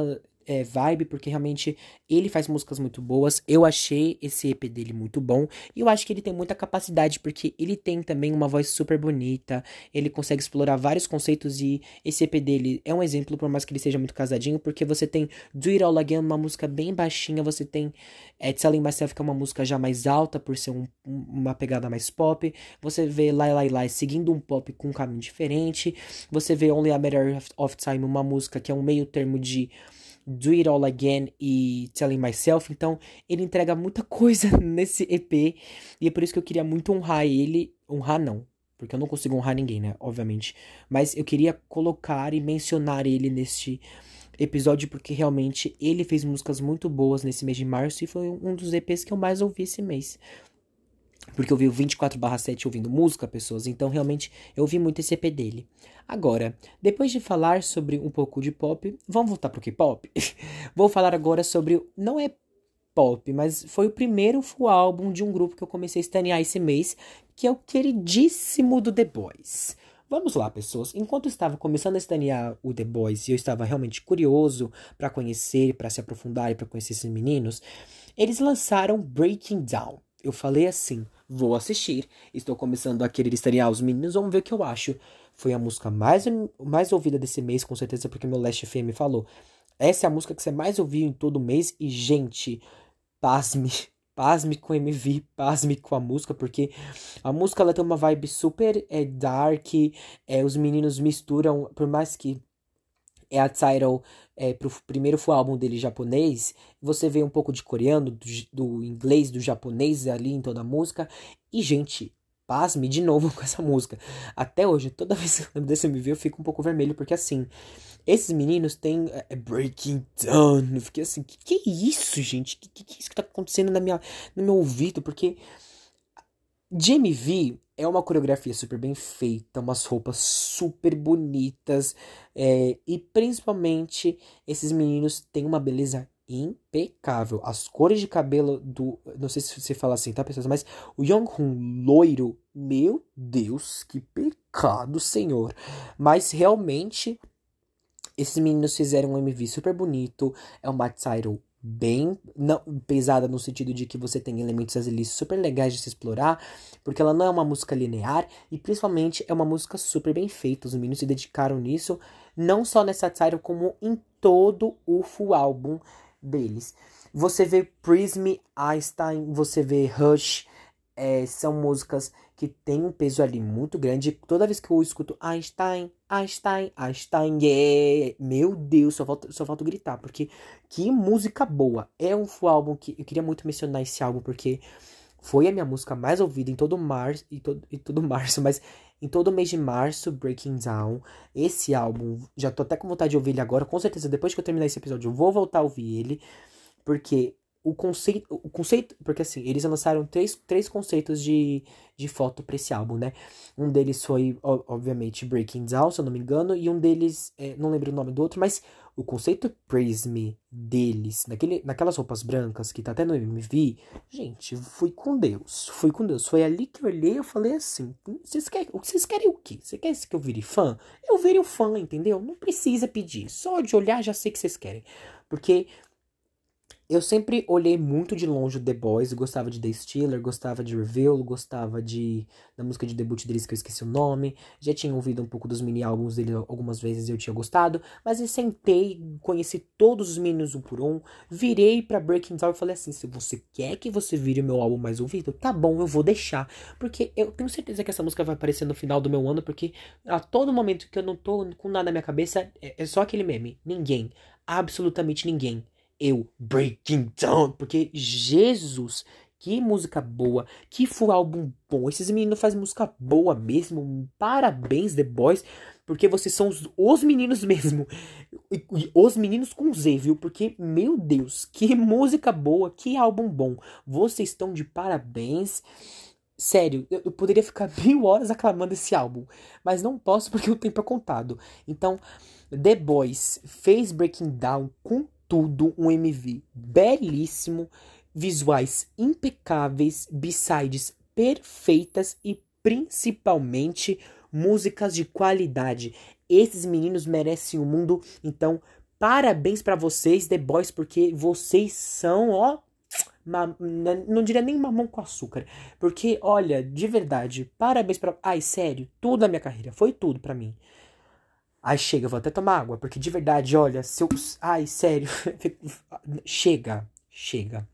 vibe, porque realmente ele faz músicas muito boas. Eu achei esse EP dele muito bom. E eu acho que ele tem muita capacidade, porque ele tem também uma voz super bonita. Ele consegue explorar vários conceitos e esse EP dele é um exemplo, por mais que ele seja muito casadinho, porque você tem Do It All Again, uma música bem baixinha. Você tem Telling Myself, que é uma música já mais alta, por ser uma pegada mais pop. Você vê Lie Lie Lie seguindo um pop com um caminho diferente. Você vê Only a Matter of Time, uma música que é um meio termo de Do It All Again e Telling Myself. Então, ele entrega muita coisa nesse EP. E é por isso que eu queria muito honrar ele. Honrar não, porque eu não consigo honrar ninguém, né? Obviamente. Mas eu queria colocar e mencionar ele neste episódio, porque realmente ele fez músicas muito boas nesse mês de março. E foi um dos EPs que eu mais ouvi esse mês. Porque eu vi o 24/7 ouvindo música, pessoas. Então, realmente, eu ouvi muito esse EP dele. Agora, depois de falar sobre um pouco de pop, vamos voltar pro K-pop? Vou falar agora sobre... Não é pop, mas foi o primeiro full álbum de um grupo que eu comecei a estanear esse mês, que é o queridíssimo do The Boys. Vamos lá, pessoas. Enquanto eu estava começando a estanear o The Boys e eu estava realmente curioso pra conhecer, pra se aprofundar e pra conhecer esses meninos, eles lançaram Breaking Down. Eu falei assim, vou assistir, estou começando a querer estanear os meninos, vamos ver o que eu acho. Foi a música mais ouvida desse mês, com certeza, porque meu Last FM falou. Essa é a música que você mais ouviu em todo mês. E, gente, pasme, pasme com o MV, pasme com a música, porque a música ela tem uma vibe super dark, os meninos misturam, por mais que a title pro primeiro full álbum dele japonês, você vê um pouco de coreano, do inglês, do japonês ali em toda a música. E, gente, pasme de novo com essa música. Até hoje, toda vez que eu lembro desse MV, eu fico um pouco vermelho, porque assim, esses meninos têm Breaking Down. Eu fiquei assim, que é isso, gente? Que é isso que tá acontecendo no meu ouvido? Porque de MV é uma coreografia super bem feita, umas roupas super bonitas, e principalmente esses meninos têm uma beleza impecável. As cores de cabelo do... Não sei se você fala assim, tá, pessoas? Mas o Young-hoon loiro, meu Deus, que pecado, senhor. Mas realmente, esses meninos fizeram um MV super bonito, é uma title bem não, pesada no sentido de que você tem elementos ali super legais de se explorar, porque ela não é uma música linear e principalmente é uma música super bem feita. Os meninos se dedicaram nisso, não só nessa title como em todo o full álbum deles. Você vê Prism, Einstein, você vê Rush, são músicas que tem um peso ali muito grande. Toda vez que eu escuto Einstein, Einstein, Einstein, yeah, meu Deus, só falta gritar, porque que música boa. É um full álbum que eu queria muito mencionar esse álbum, porque foi a minha música mais ouvida em todo março, todo março, mas em todo mês de março, Breaking Down. Esse álbum, já tô até com vontade de ouvir ele agora, com certeza depois que eu terminar esse episódio eu vou voltar a ouvir ele, porque o conceito, porque assim, eles lançaram três conceitos de foto pra esse álbum, né? Um deles foi, obviamente, Breaking Down, se eu não me engano, e um deles, não lembro o nome do outro, mas o conceito Praise Me deles, naquelas roupas brancas, que tá até no MV, gente, fui com Deus, fui com Deus. Foi ali que eu olhei e eu falei assim, vocês querem o quê? Você quer que eu vire fã? Eu virei um fã, entendeu? Não precisa pedir, só de olhar já sei que vocês querem. Porque eu sempre olhei muito de longe o The Boys, gostava de The Stealer, gostava de Reveal, gostava da música de debut deles que eu esqueci o nome, já tinha ouvido um pouco dos mini-álbuns dele algumas vezes e eu tinha gostado, mas eu sentei, conheci todos os meninos um por um, virei pra Breaking Down e falei assim, se você quer que você vire o meu álbum mais ouvido, tá bom, eu vou deixar, porque eu tenho certeza que essa música vai aparecer no final do meu ano, porque a todo momento que eu não tô com nada na minha cabeça, é só aquele meme, ninguém, absolutamente ninguém. Eu Breaking Down, porque Jesus, que música boa, que full álbum bom. Esses meninos fazem música boa mesmo. Parabéns, The Boys, porque vocês são os meninos mesmo. Os meninos com Z, viu? Porque, meu Deus, que música boa, que álbum bom. Vocês estão de parabéns. Sério, eu poderia ficar 1000 horas aclamando esse álbum, mas não posso porque o tempo é contado. Então, The Boys fez Breaking Down com tudo, um MV belíssimo, visuais impecáveis, b-sides perfeitas e principalmente músicas de qualidade. Esses meninos merecem o mundo, então Parabéns pra vocês, The Boys, porque vocês são, ó, não diria nem mamão com açúcar. Porque, olha, de verdade, parabéns pra... Ai, sério, tudo na minha carreira, foi tudo pra mim. Ai, chega, eu vou até tomar água, porque de verdade, olha, se eu... Ai, sério, chega, chega.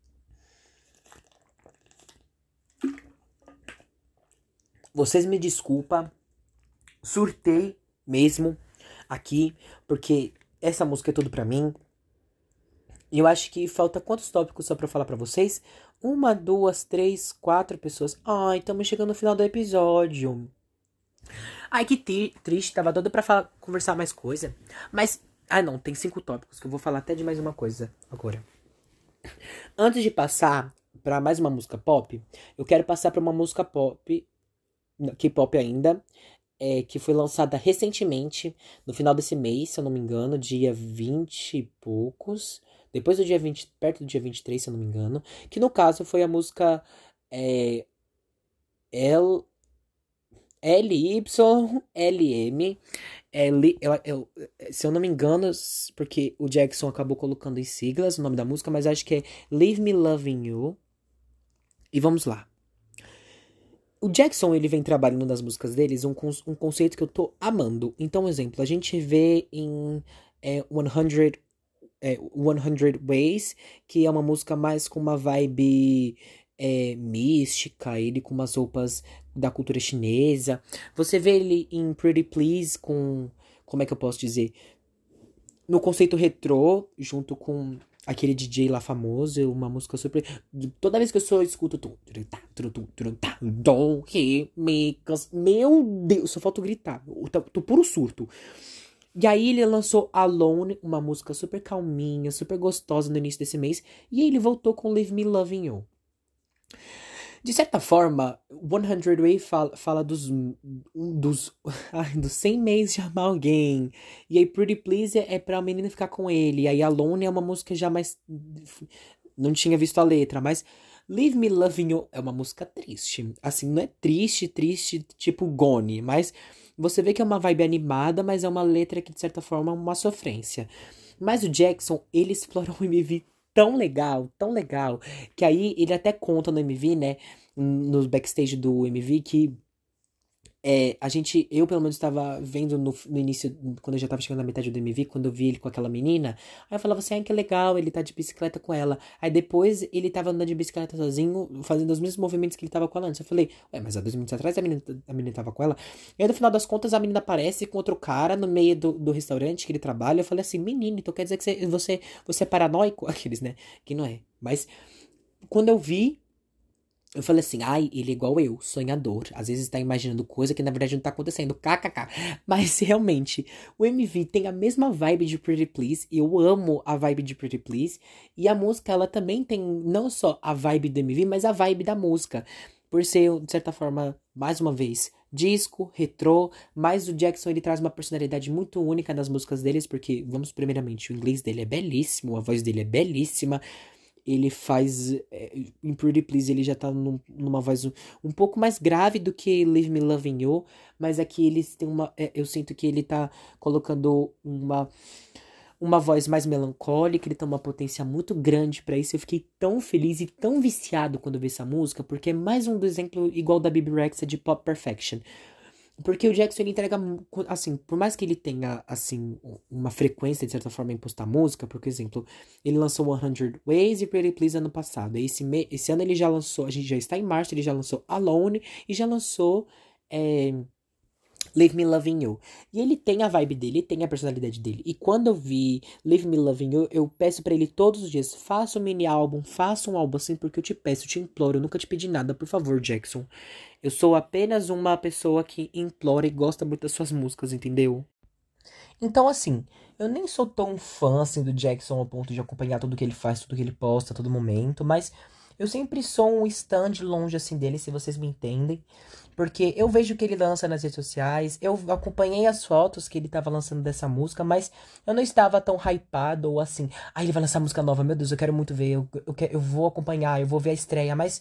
Vocês me desculpa, surtei mesmo aqui, porque essa música é tudo pra mim. E eu acho que falta quantos tópicos só pra eu falar pra vocês? Uma, duas, três, quatro pessoas. Ai, estamos chegando no final do episódio. Ai, que triste, tava doido pra conversar mais coisa. Mas, não, tem 5 tópicos que eu vou falar até de mais uma coisa agora. Antes de passar pra mais uma música pop, eu quero passar pra uma música pop, K-pop ainda, que foi lançada recentemente, no final desse mês, se eu não me engano, dia 20 e poucos. Depois do dia 20, perto do dia 23, se eu não me engano. Que no caso foi a música L, LYLM. Se eu não me engano, porque o Jackson acabou colocando em siglas o nome da música, mas acho que é Leave Me Loving You. E vamos lá. O Jackson, ele vem trabalhando nas músicas deles um conceito que eu tô amando. Então, exemplo, a gente vê em 100 Ways, que é uma música mais com uma vibe mística, ele com umas roupas da cultura chinesa. Você vê ele em Pretty Please com, como é que eu posso dizer? No conceito retrô, junto com aquele DJ lá famoso, uma música super... Toda vez que eu escuto... Don't hear me... Meu Deus, só falta gritar. Tô puro surto. E aí ele lançou Alone, uma música super calminha, super gostosa no início desse mês. E aí ele voltou com Leave Me Loving You. De certa forma, 100 Way fala dos 100 meses de amar alguém. E aí Pretty Please é pra menina ficar com ele. E aí Alone é uma música já mais... Não tinha visto a letra, mas... Leave Me Loving You é uma música triste. Assim, não é triste, tipo Gone, mas... Você vê que é uma vibe animada, mas é uma letra que, de certa forma, é uma sofrência. Mas o Jackson, ele explorou o MV tão legal, que aí ele até conta no MV, né, no backstage do MV, que eu pelo menos estava vendo no início, quando eu já tava chegando na metade do MV, quando eu vi ele com aquela menina, aí eu falava assim, que legal, ele tá de bicicleta com ela. Aí depois ele tava andando de bicicleta sozinho, fazendo os mesmos movimentos que ele tava com ela antes. Eu falei, mas há 2 minutos atrás a menina tava com ela. E aí no final das contas a menina aparece com outro cara no meio do restaurante que ele trabalha. Eu falei assim, menino, então quer dizer que você é paranoico? Aqueles, né? Que não é. Mas quando eu vi, eu falei assim, ele é igual eu, sonhador. Às vezes tá imaginando coisa que na verdade não tá acontecendo. KKK. Mas realmente, o MV tem a mesma vibe de Pretty Please. E eu amo a vibe de Pretty Please. E a música, ela também tem não só a vibe do MV, mas a vibe da música. Por ser, de certa forma, mais uma vez, disco, retrô. Mas o Jackson, ele traz uma personalidade muito única nas músicas deles. Porque, vamos primeiramente, o inglês dele é belíssimo. A voz dele é belíssima. Ele faz... em Pretty Please ele já tá numa voz um pouco mais grave do que Leave Me Loving You. Mas aqui eles têm uma... eu sinto que ele tá colocando uma voz mais melancólica. Ele tem uma potência muito grande pra isso. Eu fiquei tão feliz e tão viciado quando vi essa música. Porque é mais um exemplo igual da Bebe Rexha de Pop Perfection. Porque o Jackson, ele entrega, assim, por mais que ele tenha, assim, uma frequência, de certa forma, em postar música, por exemplo, ele lançou 100 Ways e Pretty Please ano passado. Esse ano ele já lançou, a gente já está em março, ele já lançou Alone e já lançou Leave Me Loving You. E ele tem a vibe dele, tem a personalidade dele. E quando eu vi Leave Me Loving You, eu peço pra ele todos os dias, faça um mini álbum, faça um álbum assim, porque eu te peço, eu te imploro, eu nunca te pedi nada, por favor, Jackson. Eu sou apenas uma pessoa que implora e gosta muito das suas músicas, entendeu? Então, assim, eu nem sou tão fã, assim, do Jackson ao ponto de acompanhar tudo que ele faz, tudo que ele posta a todo momento, mas eu sempre sou um stand longe, assim, dele, se vocês me entendem. Porque eu vejo o que ele lança nas redes sociais, eu acompanhei as fotos que ele tava lançando dessa música, mas eu não estava tão hypado ou assim, ele vai lançar música nova, meu Deus, eu quero muito ver, eu vou acompanhar, eu vou ver a estreia, mas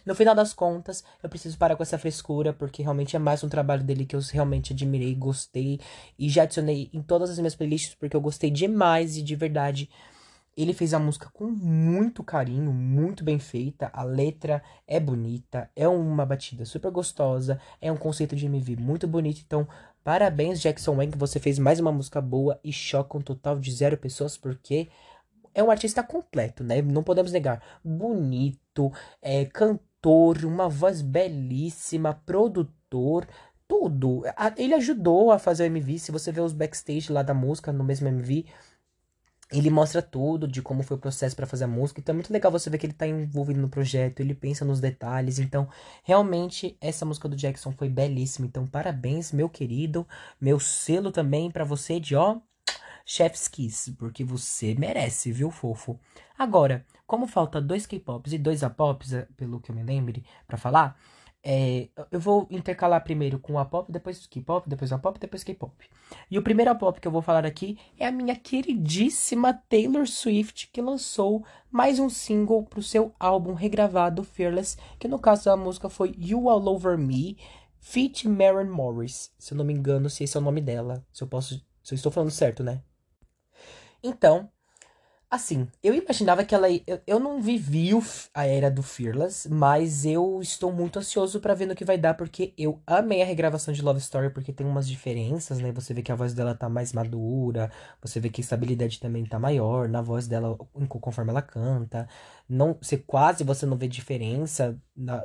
No final das contas, eu preciso parar com essa frescura, porque realmente é mais um trabalho dele que eu realmente admirei, gostei. E já adicionei em todas as minhas playlists, porque eu gostei demais e de verdade. Ele fez a música com muito carinho, muito bem feita. A letra é bonita, é uma batida super gostosa, é um conceito de MV muito bonito. Então, parabéns, Jackson Wang, você fez mais uma música boa e choca um total de 0 pessoas, porque é um artista completo, né? Não podemos negar. Bonito, cantor, uma voz belíssima, produtor, tudo. Ele ajudou a fazer o MV. Se você vê os backstage lá da música no mesmo MV, ele mostra tudo de como foi o processo pra fazer a música. Então é muito legal você ver que ele tá envolvido no projeto, ele pensa nos detalhes. Então, realmente, essa música do Jackson foi belíssima. Então, parabéns, meu querido. Meu selo também pra você de ó. Chef's Kiss, porque você merece, viu, fofo? Agora, como falta dois K-pops e dois A-pops, pelo que eu me lembre, pra falar, eu vou intercalar primeiro com o A-pop, depois K-pop, depois A-pop, depois K-pop. E o primeiro A-pop que eu vou falar aqui é a minha queridíssima Taylor Swift, que lançou mais um single pro seu álbum regravado Fearless, que no caso da música foi You All Over Me, feat. Maren Morris. Se eu não me engano, se esse é o nome dela. Se eu estou falando certo, né? Então, assim, eu imaginava que ela. Eu não vivi a era do Fearless, mas eu estou muito ansioso pra ver no que vai dar, porque eu amei a regravação de Love Story, porque tem umas diferenças, né? Você vê que a voz dela tá mais madura, você vê que a estabilidade também tá maior na voz dela conforme ela canta. Não, você não vê diferença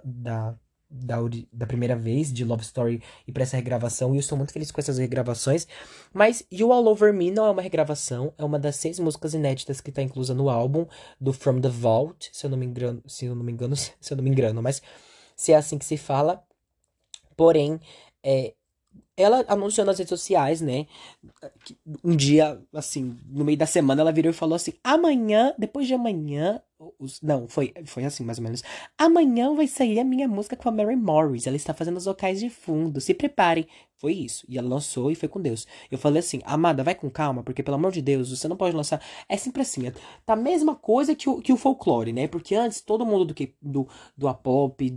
da primeira vez de Love Story e pra essa regravação, e eu estou muito feliz com essas regravações. Mas You All Over Me não é uma regravação, é uma das 6 músicas inéditas que tá inclusa no álbum do From the Vault, se eu não me engano, se eu não me engano, mas se é assim que se fala. Porém, é, ela anunciou nas redes sociais, né? Um dia, assim, no meio da semana, ela virou e falou assim: amanhã, depois de amanhã. Não, foi assim, mais ou menos. Amanhã vai sair a minha música com a Mary Morris. Ela está fazendo os vocais de fundo. Se preparem. Foi isso. E ela lançou e foi com Deus. Eu falei assim: amada, vai com calma, porque pelo amor de Deus, você não pode lançar. É sempre assim. Tá a mesma coisa que o folclore, né? Porque antes todo mundo do A-pop,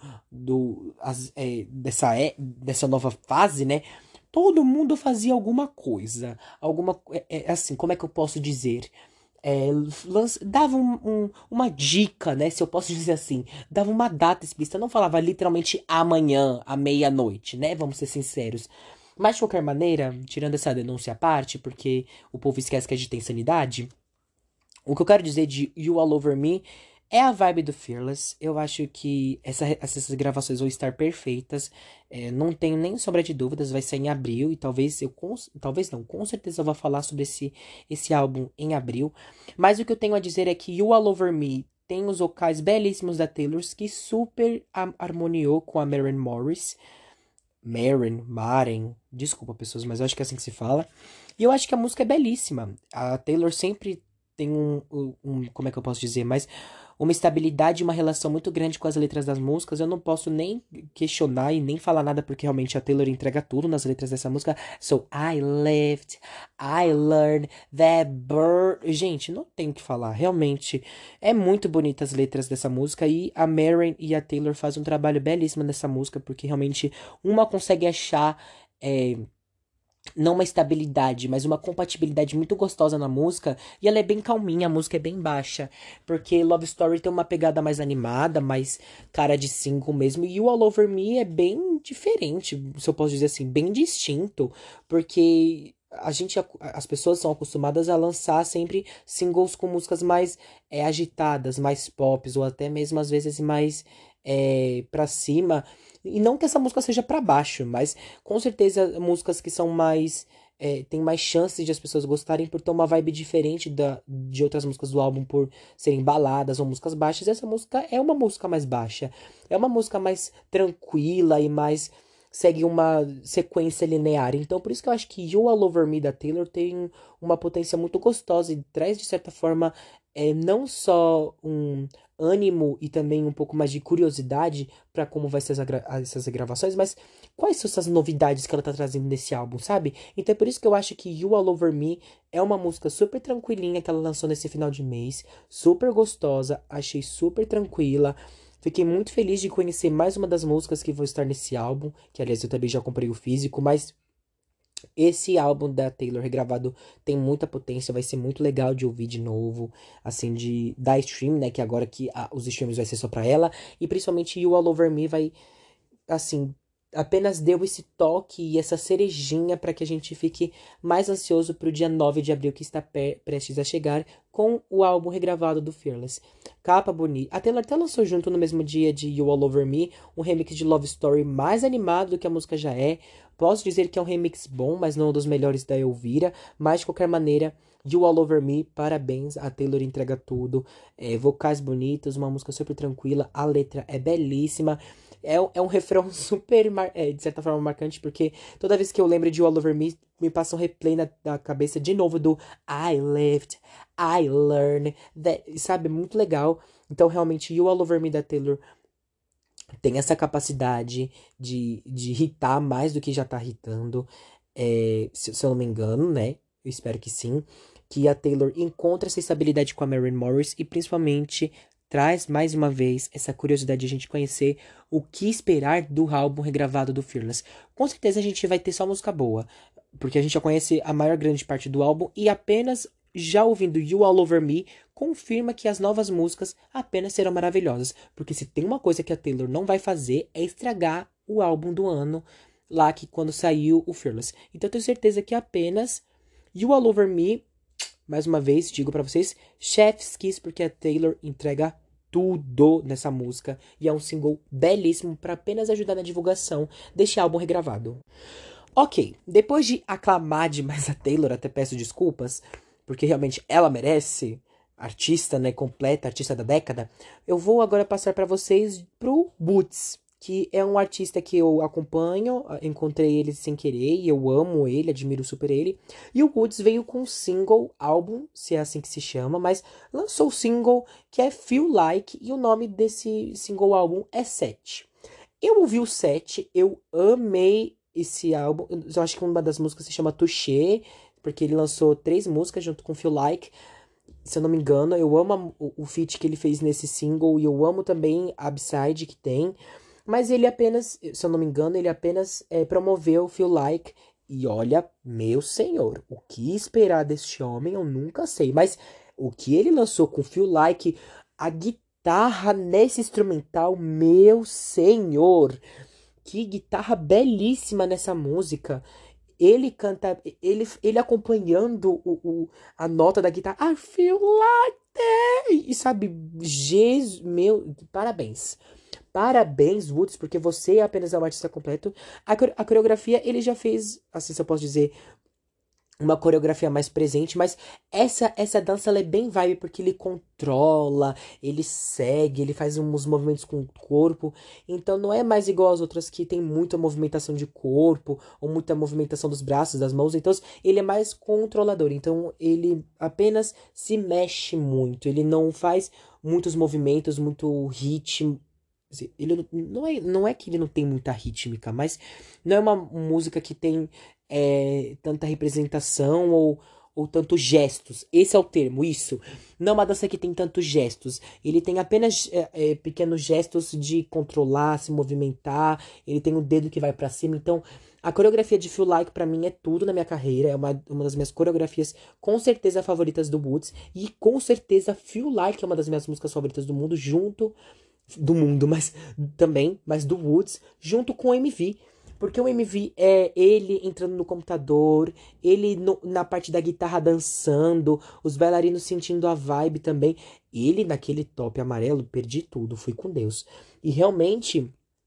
dessa nova fase, né? Todo mundo fazia alguma coisa. Assim, como é que eu posso dizer? Dava uma dica, né? Se eu posso dizer assim. Dava uma data explícita. Não falava literalmente amanhã, à meia-noite, né? Vamos ser sinceros. Mas, de qualquer maneira, tirando essa denúncia à parte, porque o povo esquece que a gente tem sanidade. O que eu quero dizer de You All Over Me é a vibe do Fearless. Eu acho que essas gravações vão estar perfeitas. Não tenho nem sombra de dúvidas. Vai sair em abril. E talvez não, com certeza eu vou falar sobre esse álbum em abril. Mas o que eu tenho a dizer é que You All Over Me tem os vocais belíssimos da Taylor, que super harmoniou com a Maren Morris. Maren, desculpa pessoas, mas eu acho que é assim que se fala. E eu acho que a música é belíssima. A Taylor sempre tem como é que eu posso dizer, mas uma estabilidade e uma relação muito grande com as letras das músicas. Eu não posso nem questionar e nem falar nada, porque realmente a Taylor entrega tudo nas letras dessa música. So I left, I learned that bird. Gente, não tenho o que falar. Realmente é muito bonita as letras dessa música. E a Maren e a Taylor fazem um trabalho belíssimo nessa música, porque realmente uma consegue achar. Não uma estabilidade, mas uma compatibilidade muito gostosa na música. E ela é bem calminha, a música é bem baixa. Porque Love Story tem uma pegada mais animada, mais cara de single mesmo. E o All Over Me é bem diferente, se eu posso dizer assim, bem distinto. Porque as pessoas são acostumadas a lançar sempre singles com músicas mais agitadas, mais pops, ou até mesmo às vezes mais pra cima. E não que essa música seja pra baixo, mas com certeza músicas que são mais. Tem mais chances de as pessoas gostarem por ter uma vibe diferente de outras músicas do álbum, por serem baladas ou músicas baixas. Essa música é uma música mais baixa. É uma música mais tranquila e mais. Segue uma sequência linear. Então, por isso que eu acho que You All Over Me da Taylor tem uma potência muito gostosa e traz, de certa forma, não só um ânimo e também um pouco mais de curiosidade pra como vai ser essas gravações, mas quais são essas novidades que ela tá trazendo nesse álbum, sabe? Então é por isso que eu acho que You All Over Me é uma música super tranquilinha que ela lançou nesse final de mês, super gostosa, achei super tranquila. Fiquei muito feliz de conhecer mais uma das músicas que vão estar nesse álbum, que aliás eu também já comprei o físico, mas esse álbum da Taylor regravado tem muita potência, vai ser muito legal de ouvir de novo, assim, de dar stream, né, que agora que os streams vai ser só pra ela, e principalmente You All Over Me vai, assim, apenas deu esse toque e essa cerejinha para que a gente fique mais ansioso pro dia 9 de abril que está prestes a chegar com o álbum regravado do Fearless. Capa bonita. A Taylor até lançou junto no mesmo dia de You All Over Me um remix de Love Story mais animado do que a música já é. Posso dizer que é um remix bom, mas não um dos melhores da Elvira, mas de qualquer maneira, You All Over Me, parabéns, a Taylor entrega tudo, vocais bonitos, uma música super tranquila, a letra é belíssima, é um refrão super, de certa forma, marcante, porque toda vez que eu lembro de You All Over Me, me passa um replay na cabeça de novo do I lived, I learned, sabe, muito legal. Então, realmente, You All Over Me da Taylor tem essa capacidade de irritar mais do que já tá irritando, se eu não me engano, né? Eu espero que sim. Que a Taylor encontra essa estabilidade com a Maren Morris e principalmente traz mais uma vez essa curiosidade de a gente conhecer o que esperar do álbum regravado do Fearless. Com certeza a gente vai ter só música boa, porque a gente já conhece a maior grande parte do álbum e apenas já ouvindo You All Over Me confirma que as novas músicas apenas serão maravilhosas, porque se tem uma coisa que a Taylor não vai fazer é estragar o álbum do ano lá que quando saiu o Fearless. Então eu tenho certeza que apenas You All Over Me, mais uma vez digo pra vocês, chef's kiss, porque a Taylor entrega tudo nessa música e é um single belíssimo para apenas ajudar na divulgação deste álbum regravado. Ok, depois de aclamar demais a Taylor, até peço desculpas, porque realmente ela merece, artista, né, completa, artista da década, eu vou agora passar para vocês pro Boots, que é um artista que eu acompanho, encontrei ele sem querer e eu amo ele, admiro super ele. E o Boots veio com um single, álbum, se é assim que se chama, mas lançou o single que é Feel Like e o nome desse single álbum é Set. Eu ouvi o Set, eu amei esse álbum. Eu acho que uma das músicas se chama Touché, porque ele lançou 3 músicas junto com Feel Like. Se eu não me engano, eu amo o feat que ele fez nesse single e eu amo também a Upside que tem. Mas ele apenas, se eu não me engano, ele apenas promoveu Feel Like. E olha, meu senhor, o que esperar deste homem eu nunca sei. Mas o que ele lançou com Feel Like, a guitarra nesse instrumental, meu senhor. Que guitarra belíssima nessa música. Ele canta, ele acompanhando a nota da guitarra. I feel like that. E sabe, Jesus, meu, parabéns. Parabéns, Woods, porque você apenas é um artista completo. A coreografia, ele já fez, assim se eu posso dizer, uma coreografia mais presente, mas essa dança ela é bem vibe porque ele controla, ele segue, ele faz uns movimentos com o corpo, então não é mais igual às outras que tem muita movimentação de corpo ou muita movimentação dos braços, das mãos, então ele é mais controlador, então ele apenas se mexe muito, ele não faz muitos movimentos, muito ritmo. Ele não é que ele não tem muita rítmica, mas não é uma música que tem tanta representação ou tantos gestos. Esse é o termo, isso. Não é uma dança que tem tantos gestos. Ele tem apenas pequenos gestos de controlar, se movimentar. Ele tem o dedo que vai pra cima. Então, a coreografia de Feel Like pra mim é tudo na minha carreira. É uma das minhas coreografias com certeza favoritas do Woods. E com certeza Feel Like é uma das minhas músicas favoritas do mundo, junto do mundo, mas também, mas do Woods, junto com o MV. Porque o MV é ele entrando no computador, ele na parte da guitarra dançando, os bailarinos sentindo a vibe também. Ele naquele top amarelo, perdi tudo, fui com Deus. E realmente,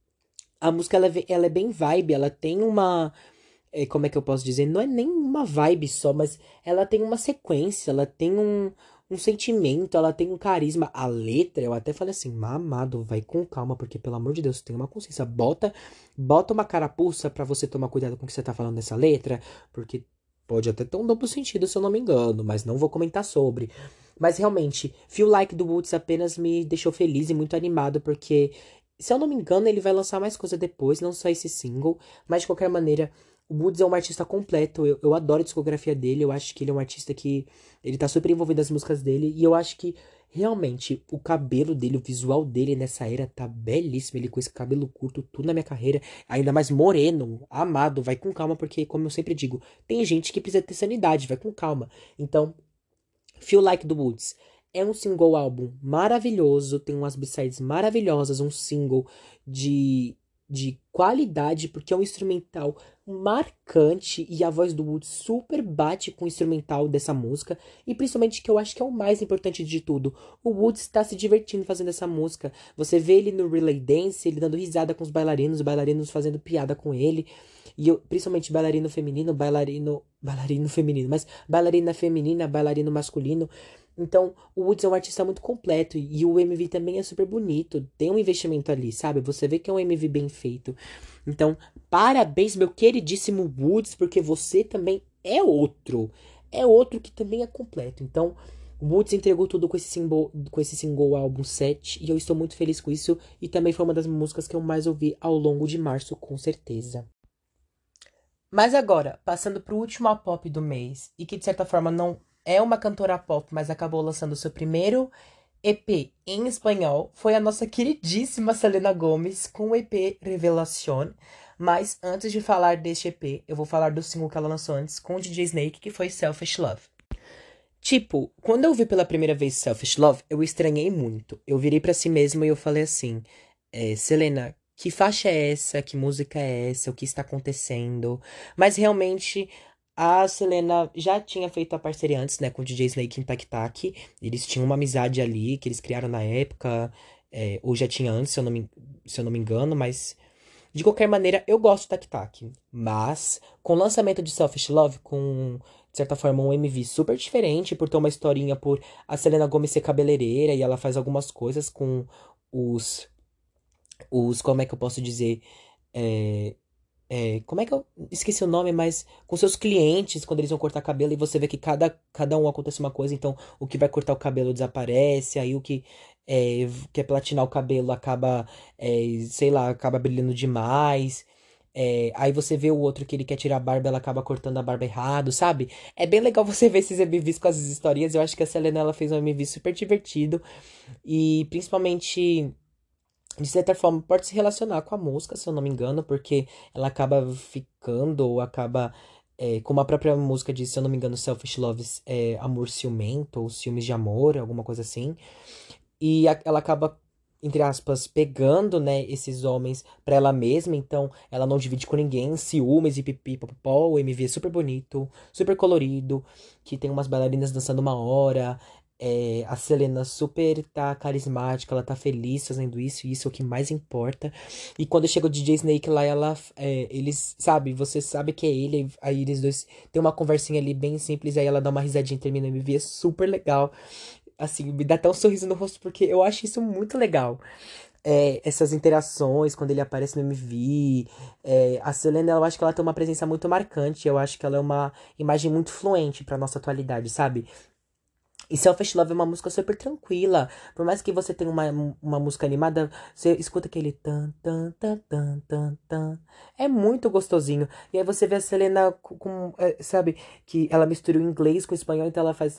a música ela é bem vibe, ela tem uma. Como é que eu posso dizer? Não é nem uma vibe só, mas ela tem uma sequência, ela tem um sentimento, ela tem um carisma. A letra, eu até falei assim, mamado, vai com calma, porque pelo amor de Deus, tem uma consciência. Bota uma carapuça pra você tomar cuidado com o que você tá falando nessa letra, porque pode até ter um duplo sentido, se eu não me engano, mas não vou comentar sobre. Mas realmente, Feel Like do Woods apenas me deixou feliz e muito animado, porque, se eu não me engano, ele vai lançar mais coisa depois, não só esse single, mas de qualquer maneira. O Woods é um artista completo, eu adoro a discografia dele, eu acho que ele é um artista que ele tá super envolvido nas músicas dele, e eu acho que realmente, o cabelo dele, o visual dele nessa era tá belíssimo. Ele com esse cabelo curto, tudo na minha carreira. Ainda mais moreno, amado. Vai com calma, porque, como eu sempre digo, tem gente que precisa ter sanidade, vai com calma. Então, Feel Like the Woods é um single álbum maravilhoso, tem umas b-sides maravilhosas, um single de, de qualidade, porque é um instrumental marcante e a voz do Woods super bate com o instrumental dessa música, e principalmente que eu acho que é o mais importante de tudo, o Woods está se divertindo fazendo essa música. Você vê ele no Relay Dance, ele dando risada com os bailarinos fazendo piada com ele, e eu, principalmente bailarino feminino, bailarino feminino, mas bailarina feminina, bailarino masculino. Então, o Woods é um artista muito completo e o MV também é super bonito. Tem um investimento ali, sabe? Você vê que é um MV bem feito. Então, parabéns, meu queridíssimo Woods, porque você também é outro. É outro que também é completo. Então, o Woods entregou tudo com esse single álbum 7 e eu estou muito feliz com isso. E também foi uma das músicas que eu mais ouvi ao longo de março, com certeza. Mas agora, passando pro último pop do mês, e que de certa forma não é uma cantora pop, mas acabou lançando seu primeiro EP em espanhol, foi a nossa queridíssima Selena Gomez com o EP Revelación. Mas antes de falar deste EP, eu vou falar do single que ela lançou antes com o DJ Snake, que foi Selfish Love. Tipo, quando eu vi pela primeira vez Selfish Love, eu estranhei muito. Eu virei pra si mesma e eu falei assim: Selena, que faixa é essa? Que música é essa? O que está acontecendo? Mas realmente a Selena já tinha feito a parceria antes, né, com o DJ Snake em Tac Tac. Eles tinham uma amizade ali que eles criaram na época, ou já tinha antes, se eu não me engano, mas de qualquer maneira, eu gosto do Tac Tac. Mas, com o lançamento de Selfish Love, com, de certa forma, um MV super diferente, por ter uma historinha por a Selena Gomez ser cabeleireira e ela faz algumas coisas com os. Como é que eu posso dizer? É, como é que eu esqueci o nome, mas com seus clientes, quando eles vão cortar cabelo, e você vê que cada um acontece uma coisa, então o que vai cortar o cabelo desaparece, aí o que quer platinar o cabelo acaba, sei lá, acaba brilhando demais. Aí você vê o outro que ele quer tirar a barba, ela acaba cortando a barba errado, sabe? É bem legal você ver esses MVs com essas historinhas. Eu acho que a Selena ela fez um MV super divertido e principalmente de certa forma, pode se relacionar com a música, se eu não me engano, porque ela acaba ficando, ou acaba, como a própria música diz, se eu não me engano, Selfish Love é amor ciumento, ou ciúmes de amor, alguma coisa assim. E ela acaba, entre aspas, pegando, né, esses homens pra ela mesma, então ela não divide com ninguém, ciúmes e pipi, popopó, o MV é super bonito, super colorido, que tem umas bailarinas dançando uma hora, a Selena super tá carismática, ela tá feliz fazendo isso, e isso é o que mais importa. E quando chega o DJ Snake lá, eles, sabe, você sabe que é ele, aí eles dois tem uma conversinha ali bem simples, aí ela dá uma risadinha e termina o MV, é super legal. Assim, me dá até um sorriso no rosto, porque eu acho isso muito legal. Essas interações, quando ele aparece no MV. A Selena, eu acho que ela tem uma presença muito marcante. Eu acho que ela é uma imagem muito fluente pra nossa atualidade, sabe? E Selfish Love é uma música super tranquila. Por mais que você tenha uma música animada, você escuta aquele tan, tan, tan, tan, tan, tan. É muito gostosinho. E aí você vê a Selena sabe, que ela mistura o inglês com o espanhol, então ela faz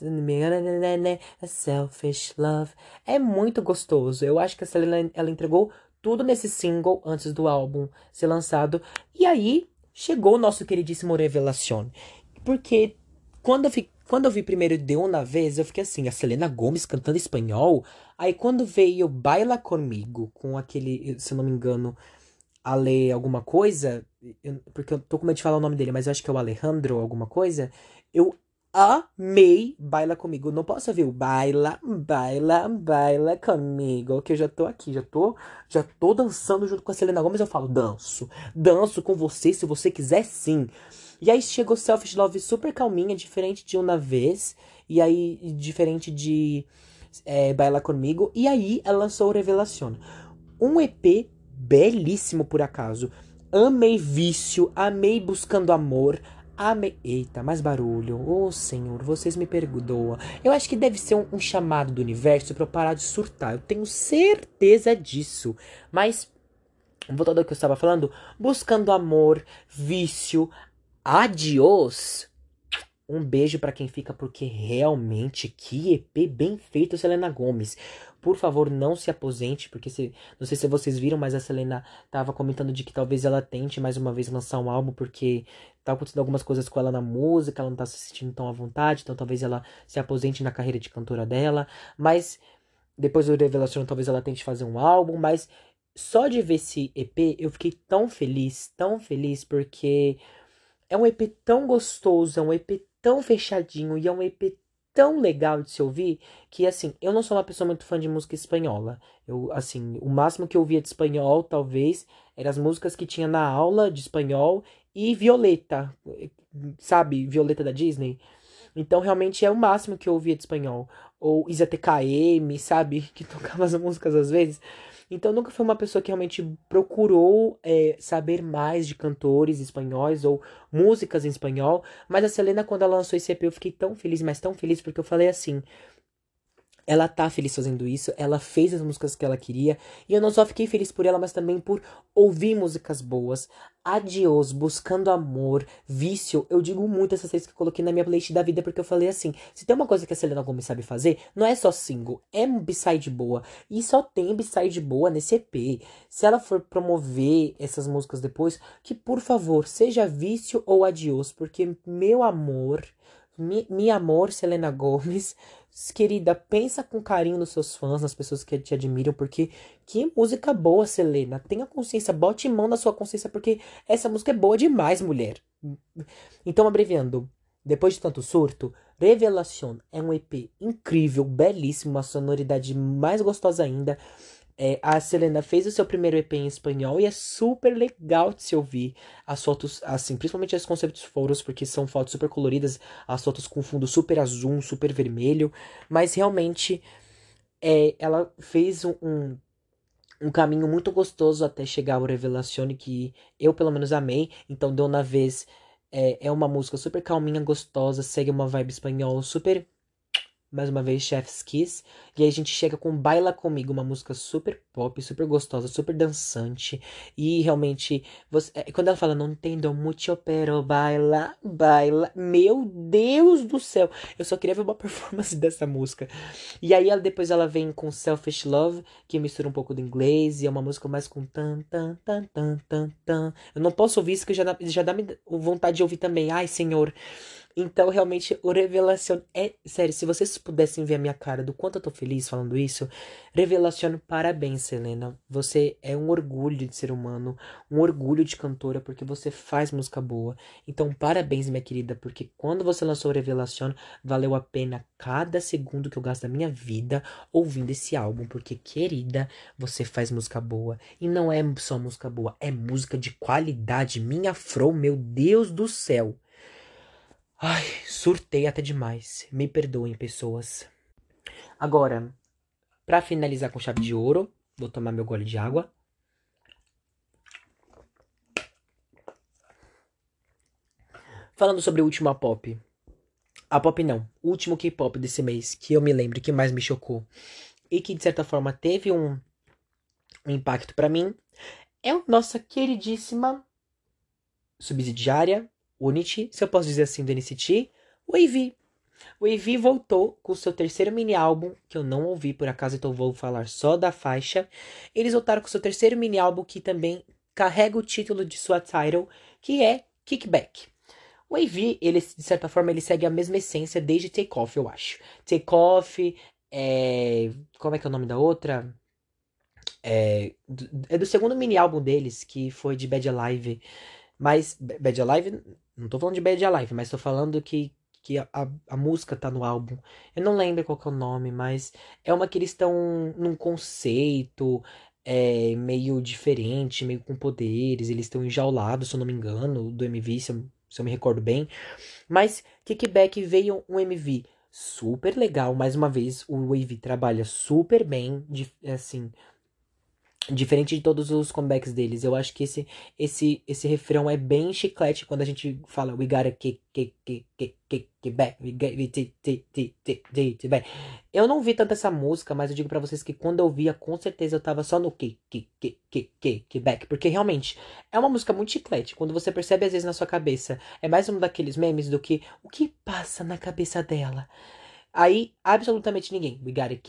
Selfish Love. É muito gostoso. Eu acho que a Selena, ela entregou tudo nesse single antes do álbum ser lançado. E aí chegou o nosso queridíssimo Revelación. Porque quando eu vi primeiro de uma vez, eu fiquei assim, a Selena Gomez cantando espanhol. Aí quando veio Baila Comigo, com aquele, se eu não me engano, Ale alguma coisa, porque eu tô com medo de falar o nome dele, mas eu acho que é o Alejandro alguma coisa. Eu amei Baila Comigo. Não posso ouvir o Baila, Baila, Baila Comigo, que eu já tô aqui, já tô dançando junto com a Selena Gomez. Eu falo, danço com você se você quiser sim. E aí chegou Selfish Love super calminha, diferente de Uma Vez. E aí, diferente de Baila Comigo. E aí, ela lançou o Revelación. Um EP belíssimo, por acaso. Amei Vício, amei Buscando Amor. Amei... Eita, mais barulho. Ô, Senhor, vocês me perdoam. Eu acho que deve ser um chamado do universo pra eu parar de surtar. Eu tenho certeza disso. Mas, voltando ao que eu estava falando, Buscando Amor, Vício, Adiós. Um beijo pra quem fica, porque realmente que EP bem feito, Selena Gomez. Por favor, não se aposente, porque não sei se vocês viram, mas a Selena tava comentando de que talvez ela tente mais uma vez lançar um álbum, porque tá acontecendo algumas coisas com ela na música, ela não tá se sentindo tão à vontade, então talvez ela se aposente na carreira de cantora dela. Mas depois do Revelação, talvez ela tente fazer um álbum, mas só de ver esse EP eu fiquei tão feliz, porque é um EP tão gostoso, é um EP tão fechadinho e é um EP tão legal de se ouvir que, assim, eu não sou uma pessoa muito fã de música espanhola. Eu, assim, o máximo que eu ouvia de espanhol, talvez, eram as músicas que tinha na aula de espanhol e Violeta, sabe? Violeta da Disney. Então, realmente é o máximo que eu ouvia de espanhol. Ou Isa TKM, sabe? Que tocava as músicas às vezes. Então, nunca fui uma pessoa que realmente procurou saber mais de cantores espanhóis ou músicas em espanhol. Mas a Selena, quando ela lançou esse EP, eu fiquei tão feliz, mas tão feliz, porque eu falei assim: ela tá feliz fazendo isso, ela fez as músicas que ela queria, e eu não só fiquei feliz por ela, mas também por ouvir músicas boas. Adiós, Buscando Amor, Vício, eu digo muito essas três que eu coloquei na minha playlist da vida, porque eu falei assim, se tem uma coisa que a Selena Gomez sabe fazer, não é só single, é b-side boa, e só tem b-side boa nesse EP. Se ela for promover essas músicas depois, que por favor, seja Vício ou Adiós, porque meu amor, mi amor, Selena Gomez, querida, pensa com carinho nos seus fãs, nas pessoas que te admiram, porque que música boa, Selena. Tenha consciência, bote mão na sua consciência, porque essa música é boa demais, mulher. Então, abreviando, depois de tanto surto, Revelación é um EP incrível, belíssimo, uma sonoridade mais gostosa ainda. A Selena fez o seu primeiro EP em espanhol e é super legal de se ouvir. As fotos, assim, principalmente as concept photos, porque são fotos super coloridas, as fotos com fundo super azul, super vermelho. Mas realmente, ela fez um caminho muito gostoso até chegar ao Revelazione, que eu pelo menos amei. Então, de uma vez, é uma música super calminha, gostosa, segue uma vibe espanhol super, mais uma vez, Chef's Kiss. E aí a gente chega com Baila Comigo, uma música super pop, super gostosa, super dançante. E realmente, quando ela fala não entendo mucho, pero baila, baila. Meu Deus do céu! Eu só queria ver uma performance dessa música. E aí depois ela vem com Selfish Love, que mistura um pouco do inglês. E é uma música mais com tan, tan, tan, tan, tan, tan. Eu não posso ouvir isso, que já dá vontade de ouvir também. Ai, senhor. Então, realmente, o Revelación é... Sério, se vocês pudessem ver a minha cara do quanto eu tô feliz falando isso, Revelación, parabéns, Selena. Você é um orgulho de ser humano, um orgulho de cantora, porque você faz música boa. Então, parabéns, minha querida, porque quando você lançou Revelación, valeu a pena cada segundo que eu gasto da minha vida ouvindo esse álbum, porque, querida, você faz música boa. E não é só música boa, é música de qualidade. Minha Fro, meu Deus do céu. Ai, surtei até demais. Me perdoem, pessoas. Agora, pra finalizar com chave de ouro, vou tomar meu gole de água. Falando sobre o último pop. A pop não, o último K-pop desse mês, que eu me lembro que mais me chocou e que de certa forma teve um impacto pra mim, é a nossa queridíssima subsidiária, Unity, se eu posso dizer assim, do NCT, o AV. O AV voltou com o seu terceiro mini álbum, que eu não ouvi por acaso, então vou falar só da faixa. Eles voltaram com o seu terceiro mini álbum, que também carrega o título de sua title, que é Kickback. O AV, ele, de certa forma, ele segue a mesma essência desde Take Off, eu acho. Take Off, como é que é o nome da outra? É do segundo mini álbum deles, que foi de Bad Alive. Mas, Bad Alive, não tô falando de Bad Alive, mas tô falando que a música tá no álbum. Eu não lembro qual que é o nome, mas é uma que eles estão num conceito meio diferente, meio com poderes. Eles estão enjaulados, se eu não me engano, do MV, se eu me recordo bem. Mas Kickback veio um MV super legal. Mais uma vez, o Wavy trabalha super bem, assim, Diferente de todos os comebacks deles, eu acho que esse refrão é bem chiclete quando a gente fala We gotta kick back, we got back. Eu não vi tanto essa música, mas eu digo pra vocês que quando eu via, com certeza eu tava só no kick back, porque realmente é uma música muito chiclete. Quando você percebe às vezes na sua cabeça, é mais um daqueles memes do que o que passa na cabeça dela. Aí, absolutamente ninguém. We gotta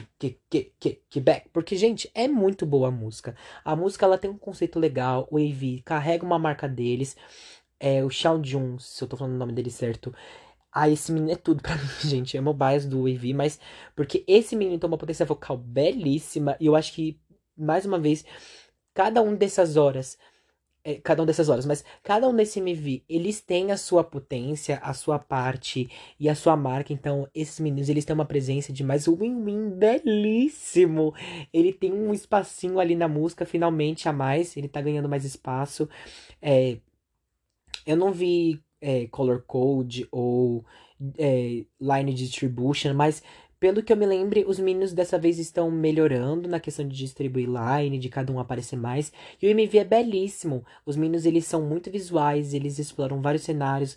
kick back. Porque, gente, é muito boa a música. A música, ela tem um conceito legal. O AV carrega uma marca deles. É o Shawn Jun, se eu tô falando o nome dele certo. Ah, esse menino é tudo pra mim, gente. É meu bias do AV, mas... Porque esse menino tem uma potência vocal belíssima. E eu acho que, mais uma vez, cada um dessas horas cada um dessas horas, mas cada um desse MV, eles têm a sua potência, a sua parte e a sua marca. Então, esses meninos, eles têm uma presença de mais um win-win belíssimo. Ele tem um espacinho ali na música, finalmente a mais. Ele tá ganhando mais espaço. É, eu não vi Color Code ou Line Distribution, mas pelo que eu me lembre, os meninos dessa vez estão melhorando na questão de distribuir line, de cada um aparecer mais. E o MV é belíssimo. Os meninos, eles são muito visuais, eles exploram vários cenários.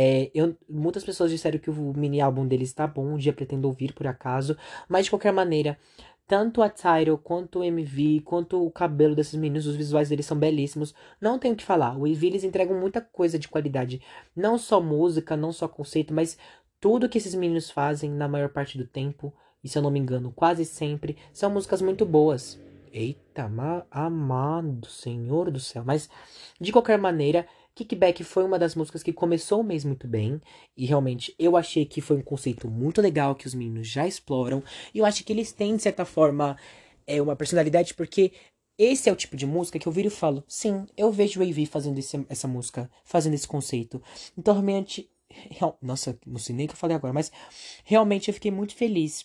Muitas pessoas disseram que o mini álbum deles tá bom, um dia pretendo ouvir por acaso. Mas de qualquer maneira, tanto a Tidal, quanto o MV, quanto o cabelo desses meninos, os visuais deles são belíssimos. Não tenho o que falar. O EV, eles entregam muita coisa de qualidade. Não só música, não só conceito, mas tudo que esses meninos fazem na maior parte do tempo, e se eu não me engano, quase sempre, são músicas muito boas. Eita, amado Senhor do céu. Mas, de qualquer maneira, Kickback foi uma das músicas que começou o mês muito bem. E realmente eu achei que foi um conceito muito legal que os meninos já exploram. E eu acho que eles têm, de certa forma, uma personalidade, porque esse é o tipo de música que eu viro e falo: sim, eu vejo o AV fazendo essa música, fazendo esse conceito. Então, realmente. Nossa, não sei nem o que eu falei agora, mas realmente eu fiquei muito feliz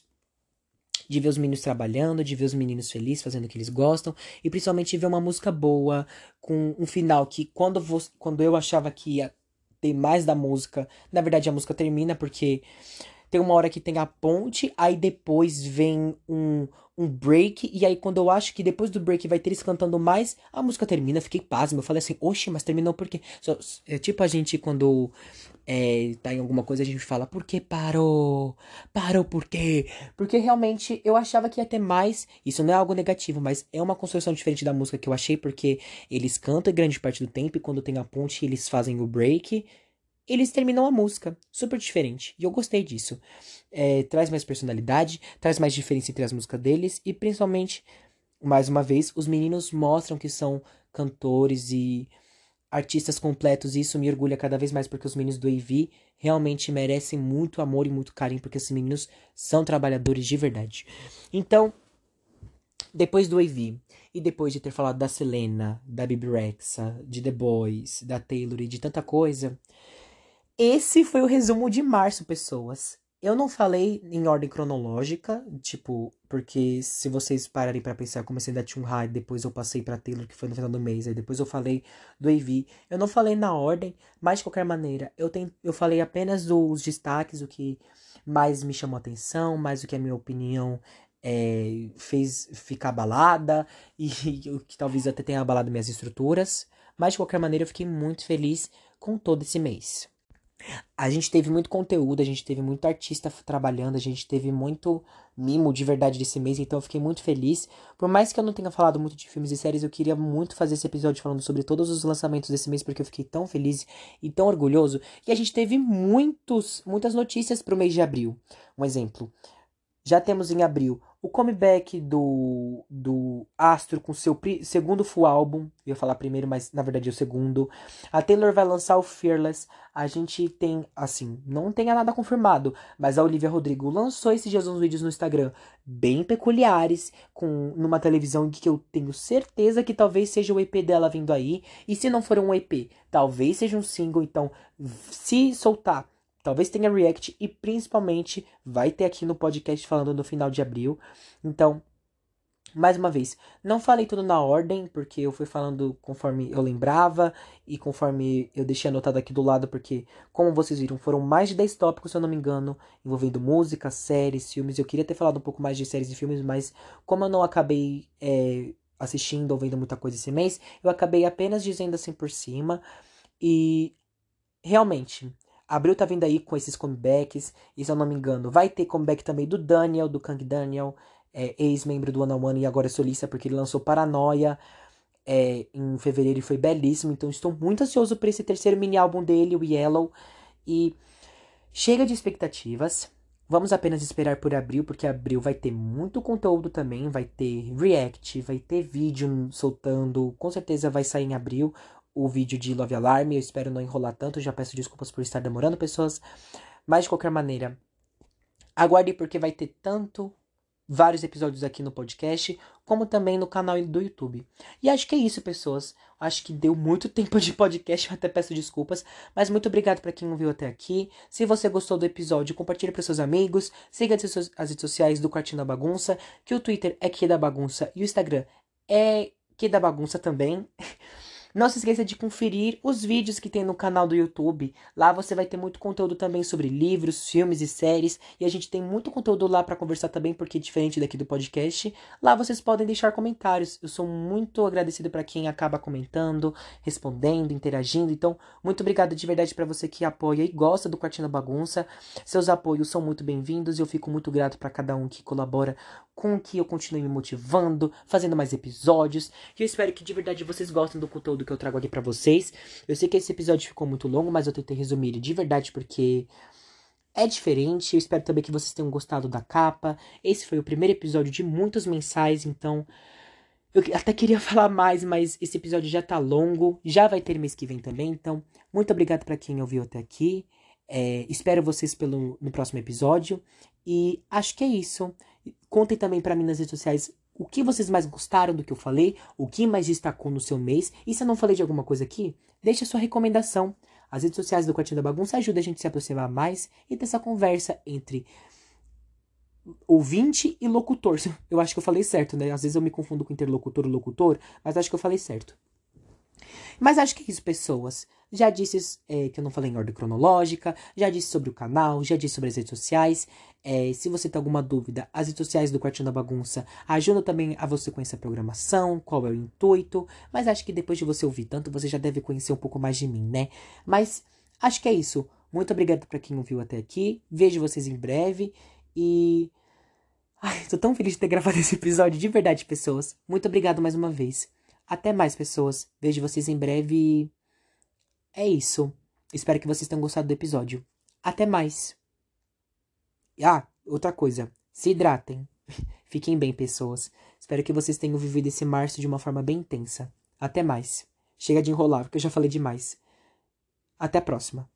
de ver os meninos trabalhando, de ver os meninos felizes fazendo o que eles gostam, e principalmente ver uma música boa, com um final que quando eu achava que ia ter mais da música, na verdade a música termina porque tem uma hora que tem a ponte, aí depois vem um break, e aí quando eu acho que depois do break vai ter eles cantando mais, a música termina, fiquei pasmo, eu falei assim, oxe, mas terminou por quê? É tipo a gente quando tá em alguma coisa a gente fala, por que parou? Parou por quê? Porque realmente eu achava que ia ter mais, isso não é algo negativo, mas é uma construção diferente da música que eu achei, porque eles cantam grande parte do tempo, e quando tem a ponte eles fazem o break, eles terminam a música, super diferente. E eu gostei disso. Traz mais personalidade, traz mais diferença entre as músicas deles. E principalmente, mais uma vez, os meninos mostram que são cantores e artistas completos. E isso me orgulha cada vez mais, porque os meninos do AV realmente merecem muito amor e muito carinho, porque esses meninos são trabalhadores de verdade. Então, depois do AV, e depois de ter falado da Selena, da Bibi Rexha, de The Boys, da Taylor e de tanta coisa, esse foi o resumo de março, pessoas. Eu não falei em ordem cronológica, tipo, porque se vocês pararem pra pensar, eu comecei da Chunhai, depois eu passei pra Taylor, que foi no final do mês, aí depois eu falei do AV. Eu não falei na ordem, mas de qualquer maneira, eu falei apenas dos destaques, o que mais me chamou a atenção, mais o que a minha opinião fez ficar abalada, e o que talvez até tenha abalado minhas estruturas. Mas de qualquer maneira, eu fiquei muito feliz com todo esse mês. A gente teve muito conteúdo, a gente teve muito artista trabalhando, a gente teve muito mimo de verdade desse mês, então eu fiquei muito feliz. Por mais que eu não tenha falado muito de filmes e séries, eu queria muito fazer esse episódio falando sobre todos os lançamentos desse mês, porque eu fiquei tão feliz e tão orgulhoso. E a gente teve muitas notícias pro mês de abril. Um exemplo. Já temos em abril o comeback do Astro com seu segundo full álbum. Eu ia falar primeiro, mas na verdade é o segundo. A Taylor vai lançar o Fearless. A gente tem, assim, não tem nada confirmado, mas a Olivia Rodrigo lançou esses dias uns vídeos no Instagram bem peculiares, numa televisão que eu tenho certeza que talvez seja o EP dela vindo aí. E se não for um EP, talvez seja um single. Então, se soltar. Talvez tenha react e principalmente vai ter aqui no podcast falando no final de abril. Então, mais uma vez, não falei tudo na ordem, porque eu fui falando conforme eu lembrava e conforme eu deixei anotado aqui do lado, porque, como vocês viram, foram mais de 10 tópicos, se eu não me engano, envolvendo música, séries, filmes. Eu queria ter falado um pouco mais de séries e filmes, mas como eu não acabei assistindo ou vendo muita coisa esse mês. Eu acabei apenas dizendo assim por cima. E realmente, Abril tá vindo aí com esses comebacks. E se eu não me engano, vai ter comeback também do Daniel, do Kang Daniel, ex-membro do One on One e agora solista, porque ele lançou Paranoia em fevereiro e foi belíssimo. Então estou muito ansioso por esse terceiro mini álbum dele, o Yellow. E chega de expectativas. Vamos apenas esperar por abril, porque abril vai ter muito conteúdo também. Vai ter react, vai ter vídeo soltando. Com certeza vai sair em abril o vídeo de Love Alarm. Eu espero não enrolar tanto. Já peço desculpas por estar demorando, pessoas. Mas de qualquer maneira, aguarde porque vai ter tanto vários episódios aqui no podcast, como também no canal do YouTube. E acho que é isso, pessoas. Acho que deu muito tempo de podcast, eu até peço desculpas, mas muito obrigado para quem ouviu até aqui. Se você gostou do episódio, compartilhe para seus amigos, siga as redes sociais do Quartinho da Bagunça, que o Twitter é Que da Bagunça e o Instagram é Que da Bagunça também. Não se esqueça de conferir os vídeos que tem no canal do YouTube. Lá você vai ter muito conteúdo também sobre livros, filmes e séries. E a gente tem muito conteúdo lá para conversar também, porque diferente daqui do podcast, lá vocês podem deixar comentários. Eu sou muito agradecido para quem acaba comentando, respondendo, interagindo. Então, muito obrigado de verdade para você que apoia e gosta do Quartinho da Bagunça. Seus apoios são muito bem-vindos e eu fico muito grato para cada um que colabora com que eu continue me motivando, fazendo mais episódios. E eu espero que de verdade vocês gostem do conteúdo que eu trago aqui pra vocês. Eu sei que esse episódio ficou muito longo, mas eu tentei resumir ele de verdade porque é diferente. Eu espero também que vocês tenham gostado da capa. Esse foi o primeiro episódio de muitos mensais, então eu até queria falar mais, mas esse episódio já tá longo. Já vai ter mês que vem também, então muito obrigado pra quem ouviu até aqui. Espero vocês no próximo episódio. E acho que é isso. Contem também pra mim nas redes sociais o que vocês mais gostaram do que eu falei, o que mais destacou no seu mês. E se eu não falei de alguma coisa aqui, deixe a sua recomendação. As redes sociais do Quartinho da Bagunça ajudam a gente a se aproximar mais e ter essa conversa entre ouvinte e locutor. Eu acho que eu falei certo, né? Às vezes eu me confundo com interlocutor e locutor, mas acho que eu falei certo. Mas acho que é isso, pessoas. Já disse que eu não falei em ordem cronológica, já disse sobre o canal, já disse sobre as redes sociais. Se você tem alguma dúvida, as redes sociais do Quartinho da Bagunça ajudam também a você conhecer a programação, qual é o intuito. Mas acho que depois de você ouvir tanto, você já deve conhecer um pouco mais de mim, né? Mas acho que é isso. Muito obrigado para quem ouviu até aqui. Vejo vocês em breve e... Ai, tô tão feliz de ter gravado esse episódio, de verdade, pessoas. Muito obrigado mais uma vez. Até mais, pessoas. Vejo vocês em breve. É isso. Espero que vocês tenham gostado do episódio. Até mais. Ah, outra coisa. Se hidratem. Fiquem bem, pessoas. Espero que vocês tenham vivido esse março de uma forma bem intensa. Até mais. Chega de enrolar, porque eu já falei demais. Até a próxima.